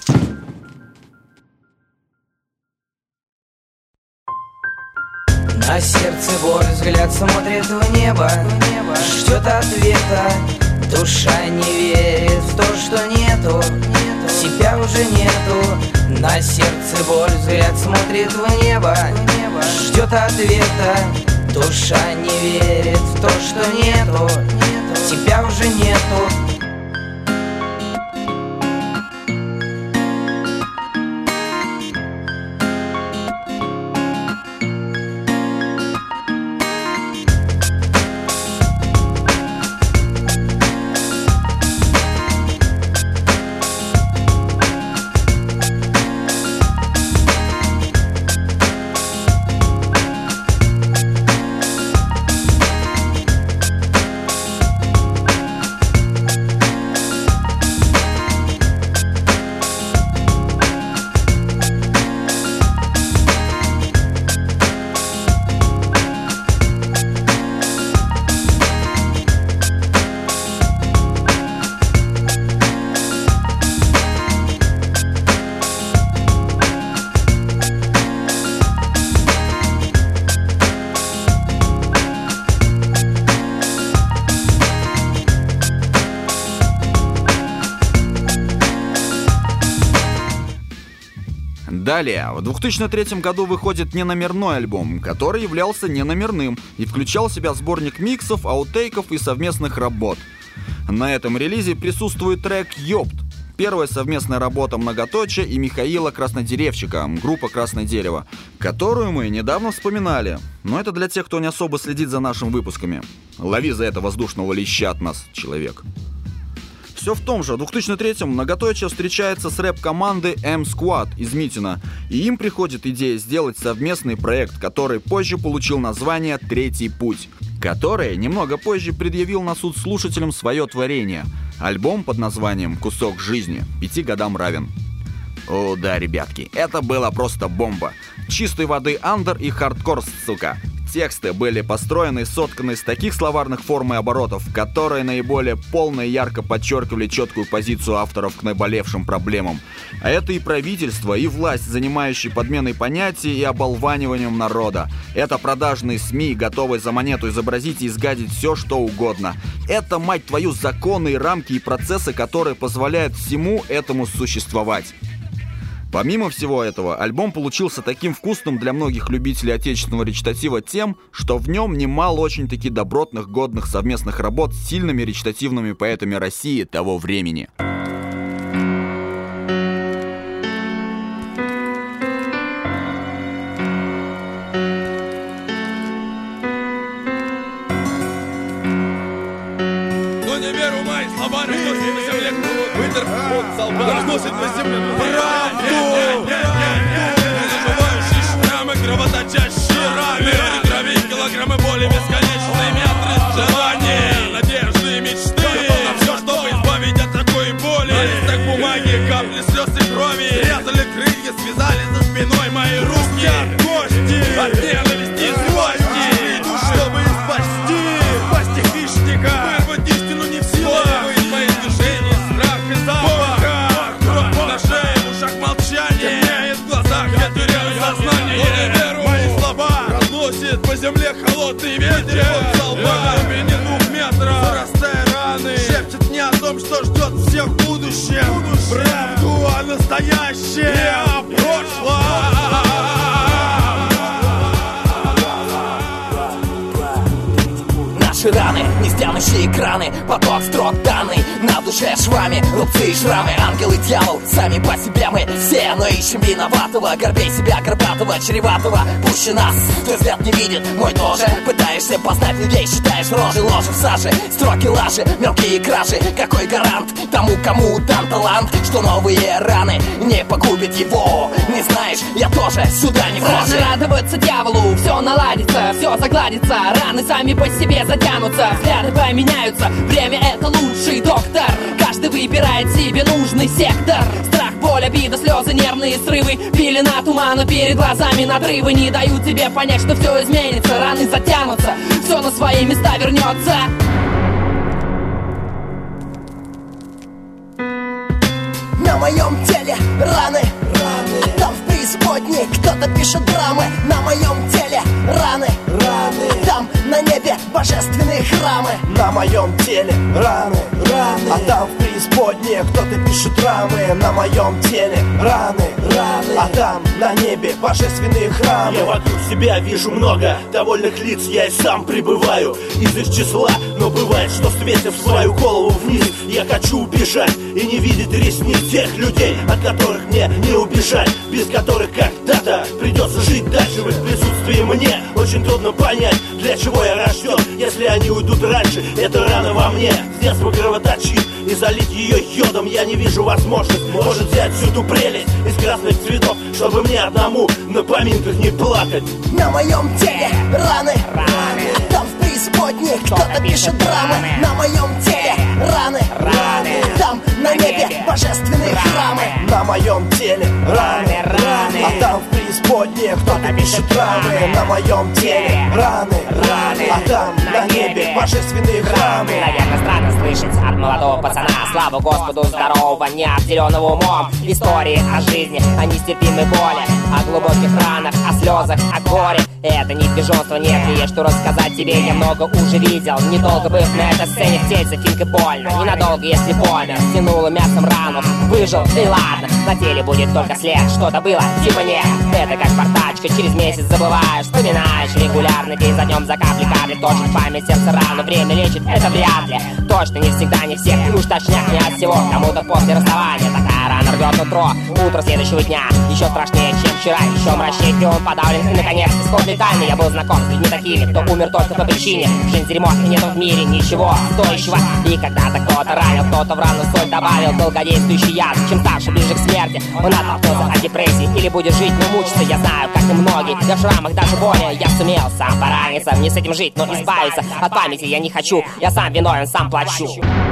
На сердце боль, взгляд смотрит в небо, ждет ответа. Душа не верит в то, что нету, себя уже нету. На сердце боль, взгляд смотрит в небо, ждет ответа. Душа не верит в то, что нету, тебя уже нету. Далее, в две тысячи третьем году выходит неномерной альбом, который являлся неномерным и включал в себя сборник миксов, аутейков и совместных работ. На этом релизе присутствует трек «Ёпт», первая совместная работа Многоточия и Михаила Краснодеревчика, группа «Красное дерево», которую мы недавно вспоминали. Но это для тех, кто не особо следит за нашими выпусками. Лови за это воздушного леща от нас, человек. Все в том же, в две тысячи третьем Многоточие встречается с рэп-командой M-Squad из Митина, и им приходит идея сделать совместный проект, который позже получил название «Третий путь», который немного позже предъявил на суд слушателям свое творение. Альбом под названием «Кусок жизни» пяти годам равен. О да, ребятки, это было просто бомба. Чистой воды андер и хардкор, сука. Тексты были построены и сотканы из таких словарных форм и оборотов, которые наиболее полно и ярко подчеркивали четкую позицию авторов к наболевшим проблемам. А это и правительство, и власть, занимающие подменой понятий и оболваниванием народа. Это продажные СМИ, готовые за монету изобразить и изгадить все, что угодно. Это, мать твою, законы и рамки и процессы, которые позволяют всему этому существовать. Помимо всего этого, альбом получился таким вкусным для многих любителей отечественного речитатива тем, что в нем немало очень-таки добротных, годных совместных работ с сильными речитативными поэтами России того времени. Но не веру мои слова, разносит на земле вытер от солдат, разносит на земле правду. Незаживающие шрамы, кровоточащие раны, крови, килограммы боли, бесконечные метры желаний, надежды и мечты. На все, чтобы избавить от такой боли. На листах бумаги капли слез и крови. Срезали крылья, связали за спиной мои руки. От кости, от ненависти и злости. Иду, чтобы их спасти, спасти хищника, вырвать истину не в силах. Из моих движений страх и запах. Кровь на шее, в ушах молчание, темнеет в глазах, я теряю сознание. Мои слова разносит по земле холодный ветер. Под солбами не двух метров, зарастая раны, шепчет мне о том, что ждет всех в будущем. Правду о настоящем и о прошлом. Наши раны, нестянущие краны, поток строк данный, на душе душе швами, рубцы и шрамы, ангел и дьявол, сами по себе мы все, но ищем виноватого, горбей себя горбатого, чреватого. Пуще нас твой взгляд не видит, мой тоже. Пытаешься познать людей, считаешь рожи, ложи в саже, строки лажи, мелкие кражи. Какой гарант тому, кому дан талант, что новые раны не погубят его? Не знаешь, я тоже сюда не вхожу. Рано радоваться дьяволу, все наладится, все загладится, раны сами по себе затянутся, взгляды поменяются, время это лучший доктор. Каждый выбирает себе нужный сектор. Страх, боль, обида, слезы, нервные срывы, пелена тумана перед глазами, надрывы не дают тебе понять, что все изменится, раны затянутся, все на свои места вернется. На моем теле раны, раны. А там в преисподней кто-то пишет драмы. На моем теле раны, раны. Там на небе божественные храмы. На моем теле раны, раны. А там в преисподней кто-то пишет драмы. На моем теле раны, раны. А там на небе божественные храмы. Я вокруг себя вижу много довольных лиц, я и сам пребываю из их числа. Но бывает, что светя в свою голову вниз, я хочу убежать и не видеть ресниц тех людей, от которых мне не убежать, без которых когда-то придется жить дальше. В их присутствии мне очень трудно понять, для чего я рожден. Если они уйдут раньше, это рана во мне с детства кровоточит, и залить ее йодом я не вижу возможность. Может взять всю ту прелесть из красных цветов, чтобы мне одному на поминках не плакать. На моем теле раны, раны. Там в преисподней кто-то пишет драмы. На моем теле раны, раны. Там на небе божественные храмы. На моем теле раны, раны. А там в преисподней кто-то пишет драмы. На моем теле раны, раны. А там на небе божественные храмы. Наверное, странно слышать от молодого пацана слава Господу здорового, не обделенного умом. Истории о жизни, о нестерпимой боли, о глубоких ранах, о слезах, о горе. Это не пижонство, нет, мне есть что рассказать тебе. Я много уже видел, недолго быв на этой сцене в тельце финка больно. Ненадолго, если помер, стянуло мясом рану, выжил, и ладно. На теле будет только след, что-то было, типа нет. Это как портачка, через месяц забываешь, вспоминаешь регулярно, день за днем за капли капли точит в память сердце рану. Время лечит, это вряд ли, точно не всегда, не всех, и уж точняк не от всего. Кому-то после расставания такая рана рвет нутро. Утро следующего дня еще страшнее, чем вчера, еще мрачнее, и он подавлен. И наконец исход летальный. Я был знаком с людьми такими, кто умер только по причине жизнь дерьмо, и нету в мире ничего стоящего. И когда-то кто-то ранил, кто-то в рану соль добавил долгодействующий яд. Чем старше, ближе к смерти, он оттолкнулся от депрессии. Или будет жить, но мучиться, я знаю, как и многие. Я в шрамах даже более, я сумел сам пораниться. Не с этим жить, но избавиться от памяти я не хочу. Я сам виновен, сам плачу.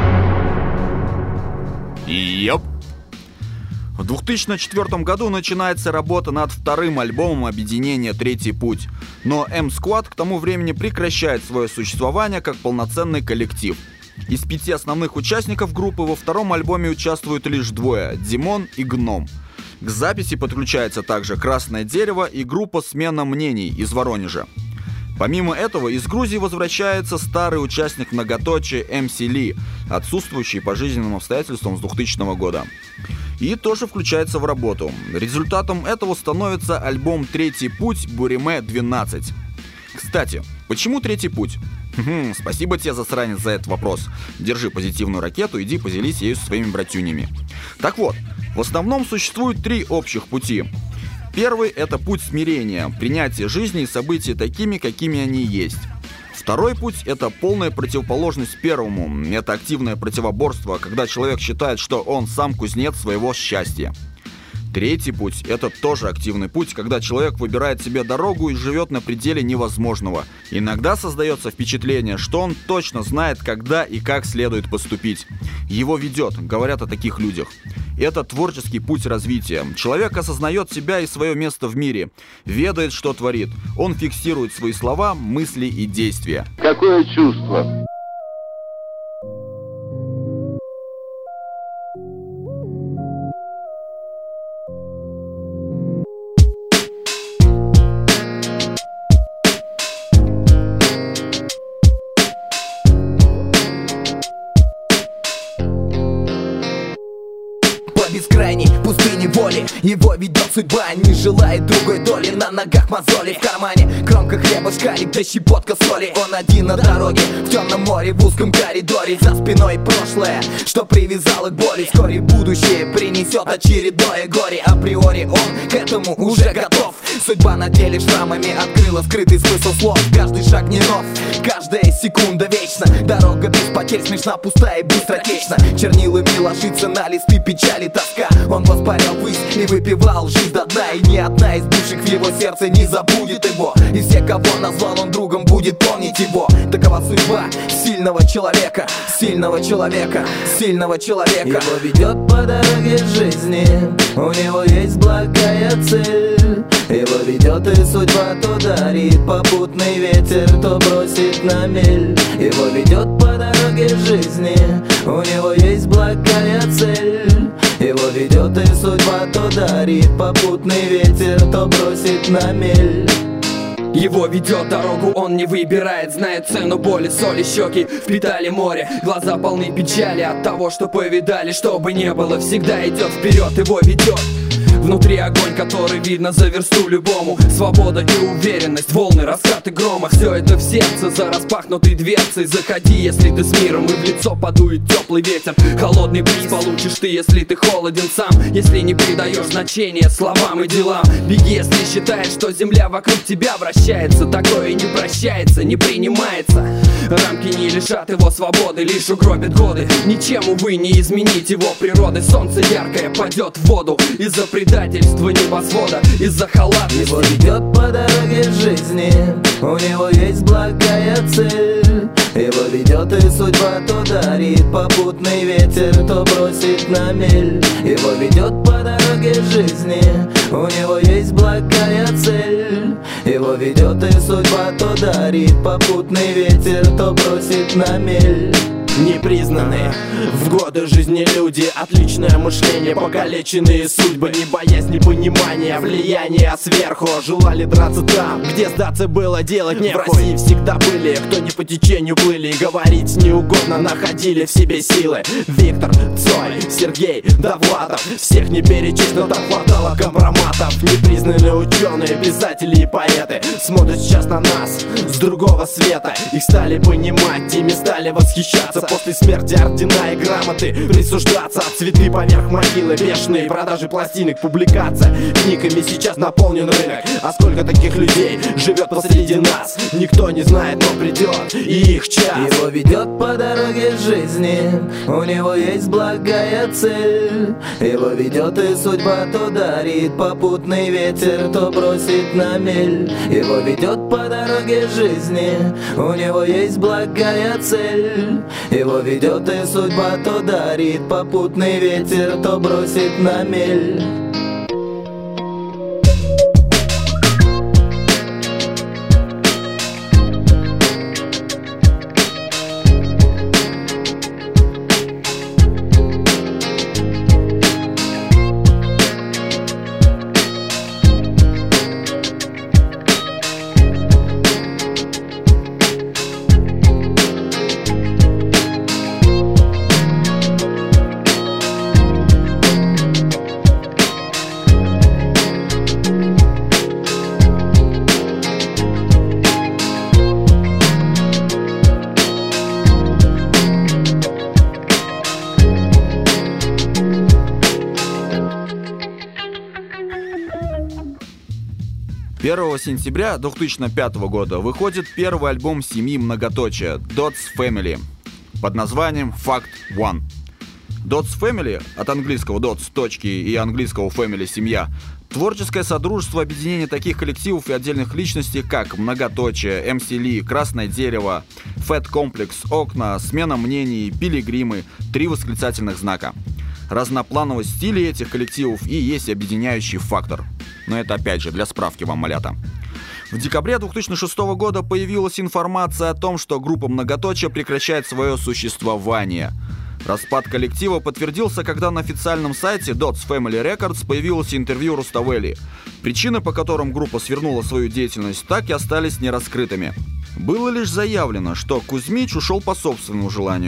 Йоп. В две тысячи четвёртом году начинается работа над вторым альбомом объединения «Третий путь», но M-Squad к тому времени прекращает свое существование как полноценный коллектив. Из пяти основных участников группы во втором альбоме участвуют лишь двое – Димон и Гном. К записи подключается также «Красное дерево» и группа «Смена мнений» из Воронежа. Помимо этого, из Грузии возвращается старый участник многоточия эм си Ли, отсутствующий по жизненным обстоятельствам с двухтысячного года. И тоже включается в работу. Результатом этого становится альбом «Третий путь» Буриме двенадцать. Кстати, почему «Третий путь»? Хм, спасибо тебе, засранец, за этот вопрос. Держи позитивную ракету, иди поделись ею со своими братюнями. Так вот, в основном существует три общих пути. Первый – это путь смирения, принятие жизни и событий такими, какими они есть. Второй путь – это полная противоположность первому. Это активное противоборство, когда человек считает, что он сам кузнец своего счастья. Третий путь – это тоже активный путь, когда человек выбирает себе дорогу и живет на пределе невозможного. Иногда создается впечатление, что он точно знает, когда и как следует поступить. Его ведет, говорят о таких людях. Это творческий путь развития. Человек осознает себя и свое место в мире, ведает, что творит. Он фиксирует свои слова, мысли и действия. Какое чувство? бескрайней пустыне воли. Его ведет судьба, не желает другой доли. На ногах мозоли, в кармане кромка хлеба, шкалик да щепотка соли. Он один на дороге, в темном море, в узком коридоре. За спиной прошлое, что привязало к боли. Вскоре будущее принесет очередное горе. Априори он к этому уже готов. Судьба на деле шрамами открыла скрытый смысл слов. Каждый шаг не нов, каждая секунда вечна. Дорога без потерь смешна, пустая и быстротечна. Чернилами ложится на листы печали тоска. Он воспарял ввысь и выпивал жизнь до дна. И ни одна из бывших в его сердце не забудет его. И все, кого назвал он другом, будет помнить его. Такова судьба сильного человека, сильного человека, сильного человека. Его ведет по дороге жизни, у него есть благая цель. Его ведет и судьба, то дарит попутный ветер, то бросит на мель. Его ведет по дороге жизни, у него есть благая цель. Его ведет и судьба, то дарит попутный ветер, то бросит на мель. Его ведет дорогу, он не выбирает, знает цену боли, соли, щеки впитали море. Глаза полны печали от того, что повидали. Что бы ни было, всегда идет вперед, его ведет. Внутри огонь, который видно за версту любому. Свобода и уверенность, волны, раскаты грома. Все это в сердце, за распахнутой дверцей. Заходи, если ты с миром, и в лицо подует теплый ветер. Холодный бриз получишь ты, если ты холоден сам. Если не придаешь значения словам и делам. Беги, если считаешь, что земля вокруг тебя вращается. Такое не прощается, не принимается. Рамки не лишат его свободы, лишь угробят годы. Ничем, увы, не изменить его природы. Солнце яркое падет в воду из-за предательства небосвода, из-за халатности. Его ведет по дороге жизни, у него есть благая цель. Его ведет и судьба, то дарит попутный ветер, то бросит на мель. Его ведет по дороге жизни, у него есть благая цель. Его ведет и судьба, то дарит попутный ветер, то бросит на мель. Непризнанные в годы жизни люди, отличное мышление, покалеченные судьбы, не боясь непонимания, влияния сверху. Желали драться там, где сдаться было делать нехуй. В России всегда были, кто не по течению плыли, и говорить неугодно находили в себе силы. Виктор, Цой, Сергей, Довлатов, всех не перечесть, но там хватало компроматов. Непризнанные ученые, писатели и поэты смотрят сейчас на нас с другого света. Их стали понимать, ими стали восхищаться. После смерти ордена и грамоты присуждаться, цветы поверх могилы, бешеные продажи пластинок, публикация книгами сейчас наполнен рынок. А сколько таких людей живет посреди нас, никто не знает, но придет и их час. Его ведет по дороге жизни, у него есть благая цель. Его ведет и судьба, то дарит попутный ветер, то бросит на мель. Его ведет по дороге жизни, у него есть благая цель. Его ведет и судьба, то дарит попутный ветер, то бросит на мель. первого сентября две тысячи пятого года выходит первый альбом семьи Многоточия Dots Family под названием Fact One. Dots Family, от английского Dots точки и английского Family семья, творческое содружество, объединение таких коллективов и отдельных личностей, как Многоточие, эм си Ли, Красное дерево, Fat Complex, Окна, Смена мнений, Пилигримы, три восклицательных знака. Разноплановость стилей этих коллективов и есть объединяющий фактор. Но это опять же для справки вам, малята. В декабре две тысячи шестого года появилась информация о том, что группа Многоточие прекращает свое существование. Распад коллектива подтвердился, когда на официальном сайте Dots Family Records появилось интервью Руставели. Причины, по которым группа свернула свою деятельность, так и остались нераскрытыми. Было лишь заявлено, что Кузьмич ушел по собственному желанию.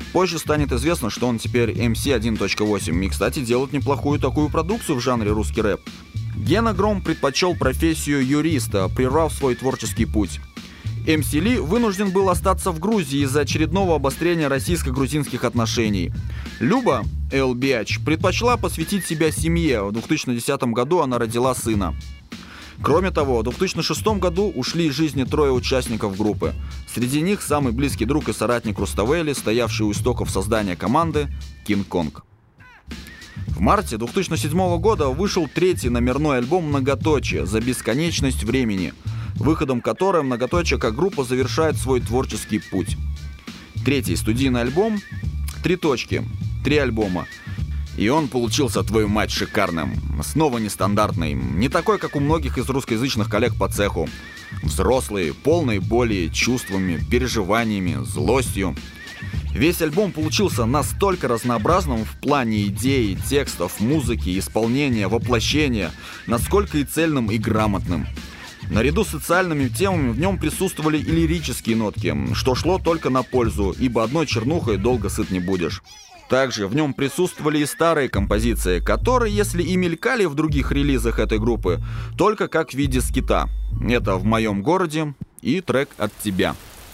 Позже станет известно, что он теперь эм си один точка восемь и, кстати, делает неплохую такую продукцию в жанре русский рэп. Гена Гром предпочел профессию юриста, прервав свой творческий путь. эм си Ли вынужден был остаться в Грузии из-за очередного обострения российско-грузинских отношений. Люба Эл Биач предпочла посвятить себя семье. В две тысячи десятом году она родила сына. Кроме того, в две тысячи шестом году ушли из жизни трое участников группы. Среди них самый близкий друг и соратник Руставели, стоявший у истоков создания команды Кинг Конг. В марте две тысячи седьмого года вышел третий номерной альбом «Многоточие. За бесконечность времени», выходом которой «Многоточие» как группа завершает свой творческий путь. Третий студийный альбом «Три точки», три альбома. И он получился, твою мать, шикарным. Снова нестандартный. Не такой, как у многих из русскоязычных коллег по цеху. Взрослый, полный боли, чувствами, переживаниями, злостью. Весь альбом получился настолько разнообразным в плане идей, текстов, музыки, исполнения, воплощения, насколько и цельным, и грамотным. Наряду с социальными темами в нем присутствовали и лирические нотки, что шло только на пользу, ибо одной чернухой долго сыт не будешь. Также в нем присутствовали и старые композиции, которые, если и мелькали в других релизах этой группы, только как в виде скита. Это «В моем городе» и трек «От тебя».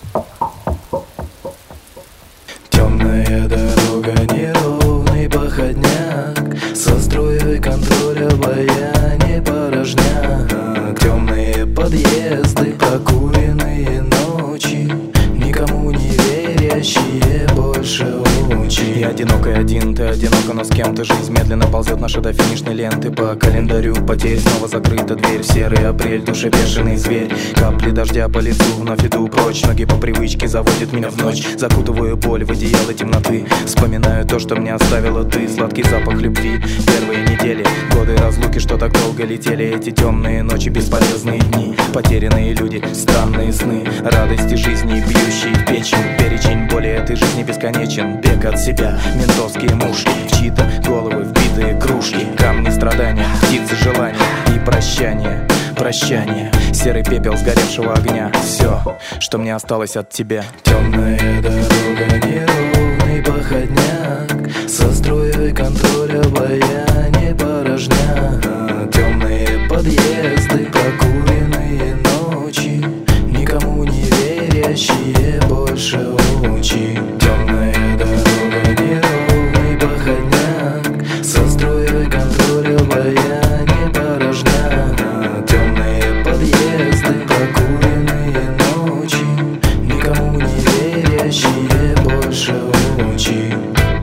Темная дорога, неровный походняк, со струей контроля баяне порожняк. Темные подъезды, прокуренные ночи, никому не верящие больше очи. Я одинок и один, ты одиноко, но с кем-то жизнь медленно ползет наша до финишной ленты. По календарю потерь, снова закрыта дверь в серый апрель, в душе бешеный зверь. Капли дождя по лицу, вновь иду прочь. Ноги по привычке заводят меня в ночь. Закутываю боль в одеяло темноты. Вспоминаю то, что мне оставила ты. Сладкий запах любви, первые недели, годы разлуки, что так долго летели. Эти темные ночи, бесполезные дни, потерянные люди, странные сны, радости жизни, бьющие в печень. Перечень боли этой жизни бесконечен. Бег от себя, ментовские мушки, в чьи-то головы вбитые кружки, камни страдания, птицы желания и прощания. Прощание, серый пепел сгоревшего огня. Все, что мне осталось от тебя. Темная дорога, неровный походняк, со струей контроля баяне порожняк. Темные подъезды, прокуренные ночи, никому не верящие больше очи. Темная дорога, неровный походняк, со струей контроля баяне порожняк. Темные подъезды, прокуренные ночи, никому не верящие больше очи.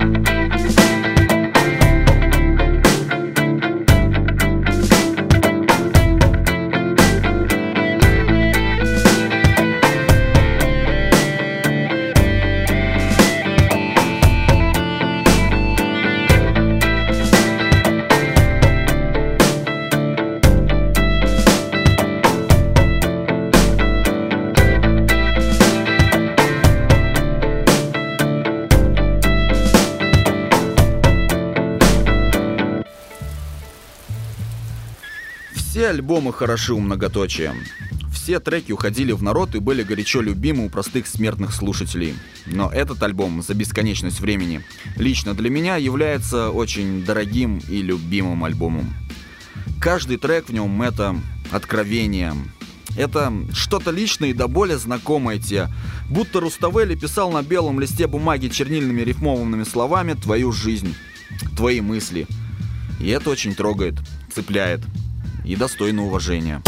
Все альбомы хороши у Многоточия. Все треки уходили в народ и были горячо любимы у простых смертных слушателей. Но этот альбом «За бесконечность времени» лично для меня является очень дорогим и любимым альбомом. Каждый трек в нем — это откровение. Это что-то личное и до боли знакомое тебе. Будто Руставели писал на белом листе бумаги чернильными рифмованными словами твою жизнь, твои мысли. И это очень трогает, цепляет и достойно уважения.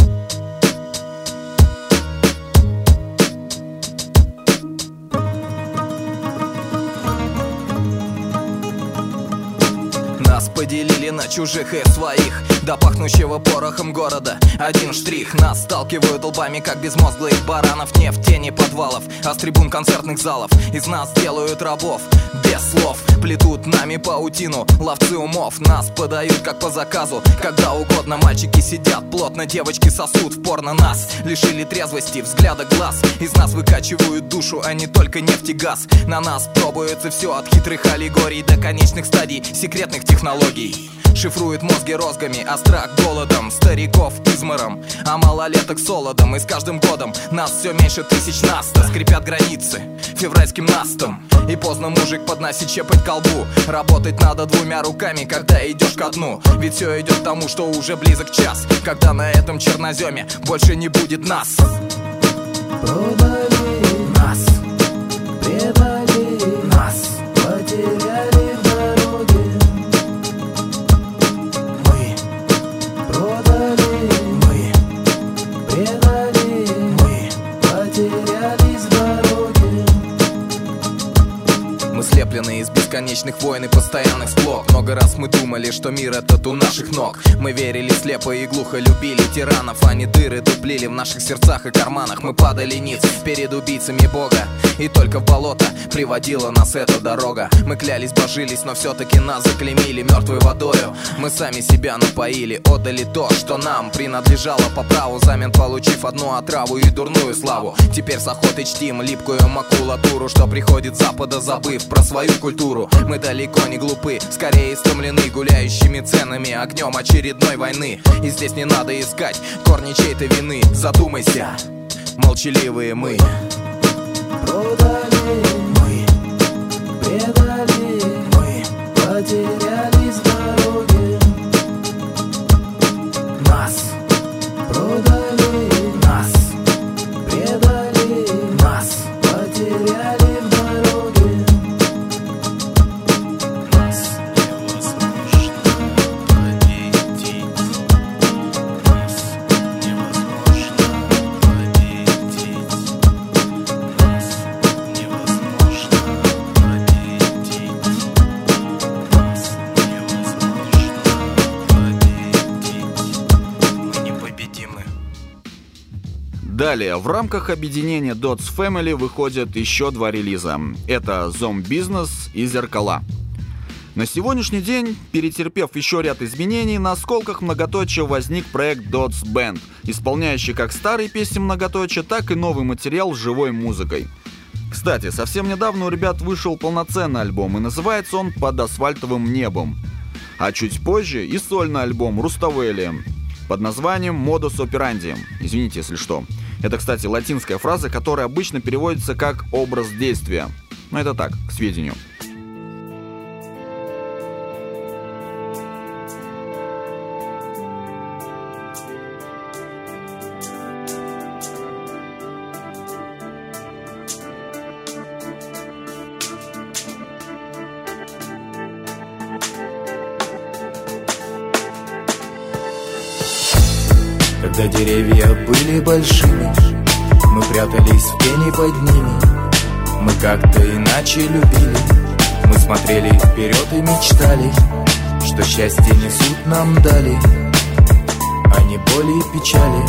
Нас поделили на чужих и своих, до пахнущего порохом города один штрих. Нас сталкивают лбами, как безмозглых баранов. Не в тени подвалов, а с трибун концертных залов. Из нас делают рабов без слов. плетут нами паутину. Ловцы умов нас подают как по заказу. Когда угодно мальчики сидят плотно, девочки сосут в порно нас. Лишили трезвости, взгляда глаз. Из нас выкачивают душу, а не только нефть и газ. На нас пробуется все от хитрых аллегорий до конечных стадий секретных технологий. Шифрует мозги розгами, а страх голодом, стариков измором, а малолеток солодом. И с каждым годом нас все меньше тысяч наста. Скрипят границы февральским настом. И поздно мужик подносит щепоть к колбу. Работать надо двумя руками, когда идешь ко дну. Ведь все идет к тому, что уже близок час, когда на этом черноземе больше не будет нас. Продали нас, предали нас, потеряли в дороге. Мы продали, мы предали, мы потерялись в дороге. Мы слеплены из бесконечных войн и постоянных склок. Много раз мы думали, что мир этот у наших ног. Мы верили слепо и глухо, любили тиранов. Они дыры дуплили в наших сердцах и карманах. Мы падали ниц перед убийцами Бога, и только в болото приводила нас эта дорога. Мы клялись, божились, но все-таки нас заклеймили мертвой водою. Мы сами себя напоили, отдали то, что нам принадлежало по праву, взамен получив одну отраву и дурную славу. Теперь с охотой чтим липкую макулатуру, что приходит с запада, забыв про свою культуру. Мы далеко не глупы, скорее истомлены гуляющими ценами, огнем очередной войны. И здесь не надо искать корни чьей-то вины. Задумайся, молчаливые мы. Продали, мы предали, мы потерялись в дороге. Нас продали, нас предали, нас потеряли в дороге. Нас невозможно победить. Нас невозможно победить. Нас невозможно победить. Нас невозможно победить. Мы непобедимы. Далее, в рамках объединения Dots Family выходят еще два релиза. Это Zombie Business и Зеркала. На сегодняшний день, перетерпев еще ряд изменений, на осколках многоточия возник проект Dots Band, исполняющий как старые песни многоточия, так и новый материал с живой музыкой. Кстати, совсем недавно у ребят вышел полноценный альбом, и называется он «Под асфальтовым небом». А чуть позже и сольный альбом Руставели под названием «Modus Operandi». Извините, если что. Это, кстати, латинская фраза, которая обычно переводится как «образ действия». Но это так, к сведению. Когда деревья были большими, мы прятались в тени под ними. Мы как-то иначе любили. Мы смотрели вперед и мечтали, что счастье несут нам дали, а не боли и печали.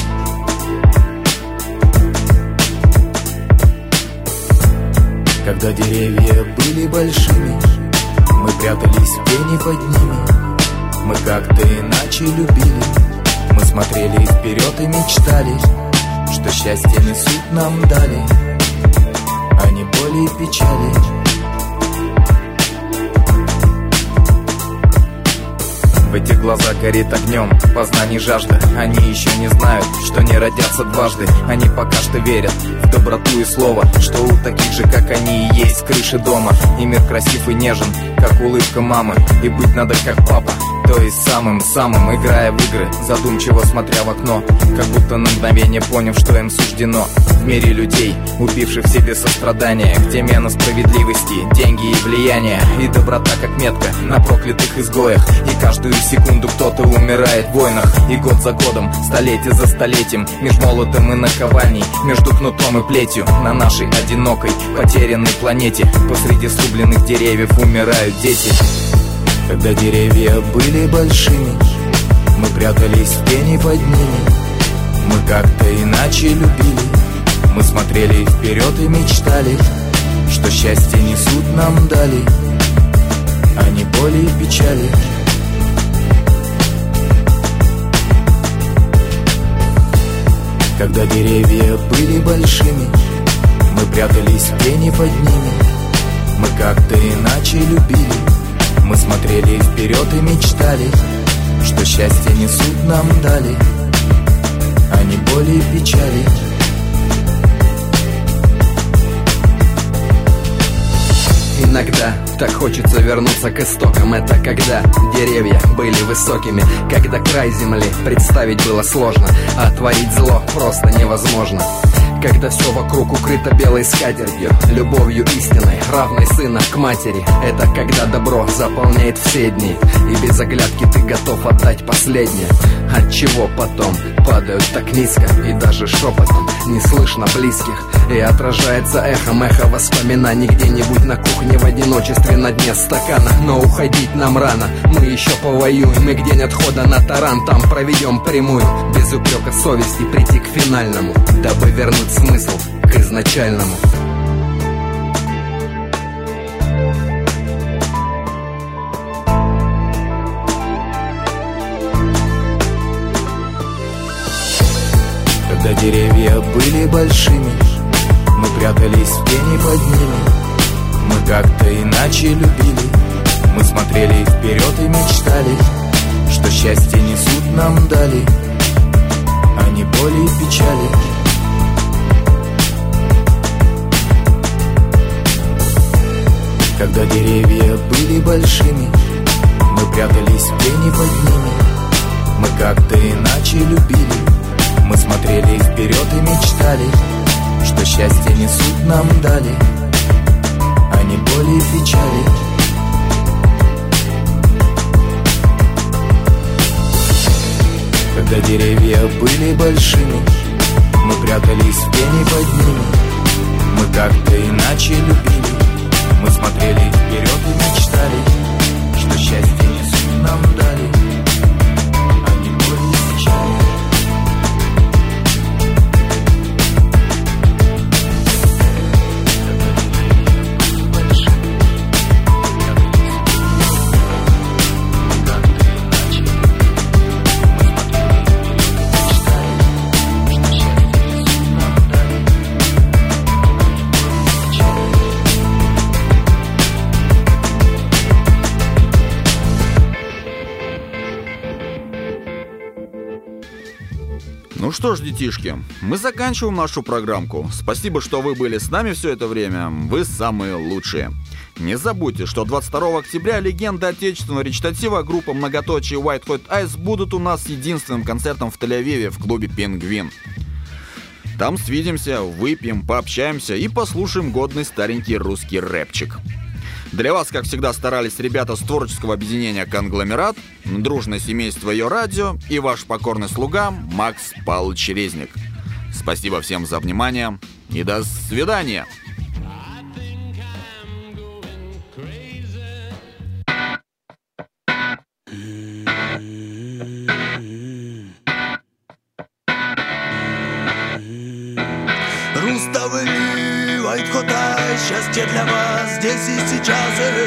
Когда деревья были большими, мы прятались в тени под ними. Мы как-то иначе любили. Мы смотрели вперед и мечтали, что счастье несут нам дали, а не боли и печали. В этих глазах горит огнем познаний жажда. Они еще не знают, что не родятся дважды. Они пока что верят в доброту и слово, что у таких же, как они, и есть крыши дома. И мир красив и нежен, как улыбка мамы. И быть надо как папа, то есть самым-самым, играя в игры, задумчиво смотря в окно, как будто на мгновение поняв, что им суждено. В мире людей, убивших в себе сострадание, к теме на справедливости, деньги и влияние, и доброта как метка на проклятых изгоях. И каждую секунду кто-то умирает в войнах, и год за годом, столетие за столетием, меж молотом и наковальней, между кнутом и плетью, на нашей одинокой, потерянной планете, посреди срубленных деревьев умирают дети. Когда деревья были большими, мы прятались в тени под ними. Мы как-то иначе любили. Мы смотрели вперед и мечтали, что счастье несут нам дали, а не боли и печали. Когда деревья были большими, мы прятались в тени под ними. Мы как-то иначе любили. Мы смотрели вперед и мечтали, что счастье несут нам дали, а не боли и печали. Иногда так хочется вернуться к истокам. Это когда деревья были высокими, когда край земли представить было сложно, а творить зло просто невозможно. Когда все вокруг укрыто белой скатертью, любовью истинной, равной сына к матери. Это когда добро заполняет все дни, и без оглядки ты готов отдать последнее. Отчего потом падают так низко, и даже шепотом не слышно близких, и отражается эхом эхо воспоминаний где-нибудь на кухне в одиночестве на дне стакана. Но уходить нам рано, мы еще повоюем, и где нет хода на таран, там проведем прямую, без упрека совести прийти к финальному, дабы вернуть смысл к изначальному. Когда деревья были большими, мы прятались в тени под ними. Мы как-то иначе любили. Мы смотрели вперед и мечтали, что счастье несут нам дали, а не боли и печали. Когда деревья были большими, мы прятались в тени под ними. Мы как-то иначе любили. Мы смотрели вперед и мечтали, что счастье несут нам дали, а не боли и печали. Когда деревья были большими, мы прятались в тени под ними. Мы как-то иначе любили. Мы смотрели вперед и мечтали, что счастье несут нам дали, а не боли и печали. Ну что ж, детишки, мы заканчиваем нашу программку. Спасибо, что вы были с нами все это время. Вы самые лучшие. Не забудьте, что двадцать второго октября легенды отечественного речитатива группа многоточие White Hot Ice будут у нас единственным концертом в Тель-Авиве в клубе «Пингвин». Там свидимся, выпьем, пообщаемся и послушаем годный старенький русский рэпчик. Для вас, как всегда, старались ребята с творческого объединения «Конгломерат», дружное семейство Йо Радио и ваш покорный слуга Макс Павлович Резник. Спасибо всем за внимание и до свидания! Руставы, White Hot Ice, счастье для вас здесь и сейчас.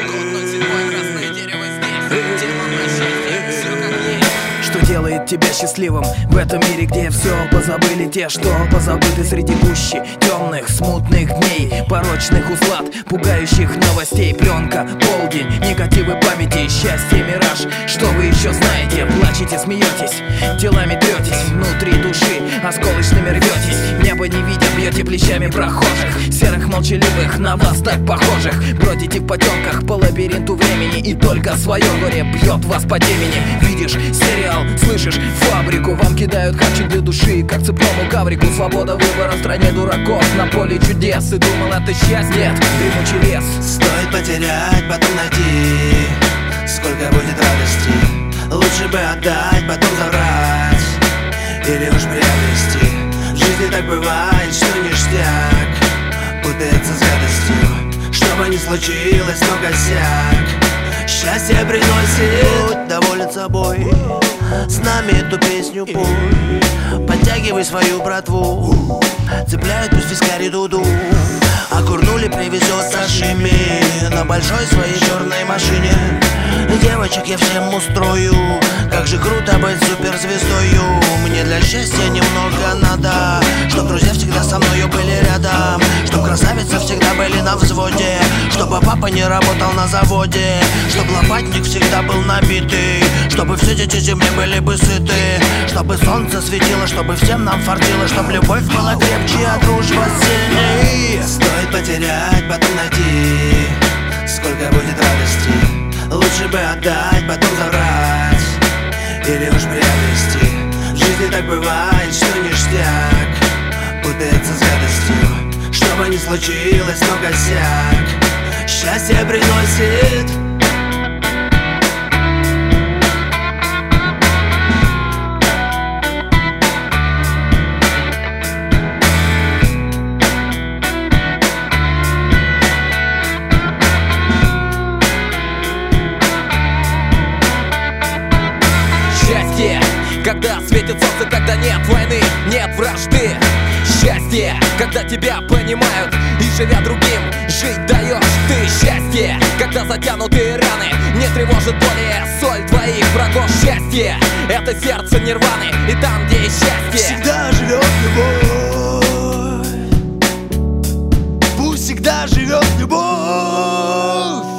Что делает тебя счастливым в этом мире, где все позабыли те, что позабыты среди гущи темных, смутных дней, порочных услад, пугающих новостей. Пленка, полдень, негативы памяти, счастье, мираж. Что вы еще знаете? Плачете, смеетесь, телами третесь, внутри души осколочными рветесь. Небо не видя, бьете плечами прохожих, серых, молчаливых, на вас так похожих. Бродите в потемках по лабиринту времени, и только свое горе бьет вас по темени. Видишь сериал, слышишь фабрику, вам кидают харчик для души, как цепному гаврику. Свобода выбора в стране дураков, на поле чудес. И думал, это счастье, дремучий лес. Стоит потерять, потом найти, сколько будет радости. Лучше бы отдать, потом забрать, или уж приобрести. В жизни так бывает, что ништяк путается с гадостью. Что бы ни случилось, но косяк счастье приносит. Будь доволен собой, С нами эту песню пой. Подтягивай свою братву. Цепляют пусть вискари дуду. А курнули привезет сашими на большой своей черной машине. Девочек я всем устрою. Как же круто быть суперзвездою. Мне для счастья немного надо, чтоб друзья всегда со мною были рядом, чтоб красавицы всегда были на взводе, чтобы папа не работал на заводе, чтоб лопатник всегда был набитый, чтобы все дети земли были бы сыты, чтобы солнце светило, чтобы всем нам фартило, чтоб любовь была крепче, а дружба сильней. Стоит потерять, потом найти, сколько будет радости. Лучше бы отдать, потом забрать, или уж приобрести. В жизни так бывает, что ништяк путается с гадостью. Что бы ни случилось, но косяк счастье приносит. Когда светит солнце, когда нет войны, нет вражды. Счастье, когда тебя понимают и, живя другим, жить даешь ты. Счастье, когда затянутые раны не тревожит более соль твоих врагов. Счастье, это сердце нирваны, и там, где есть счастье, всегда живет любовь. Пусть всегда живет любовь.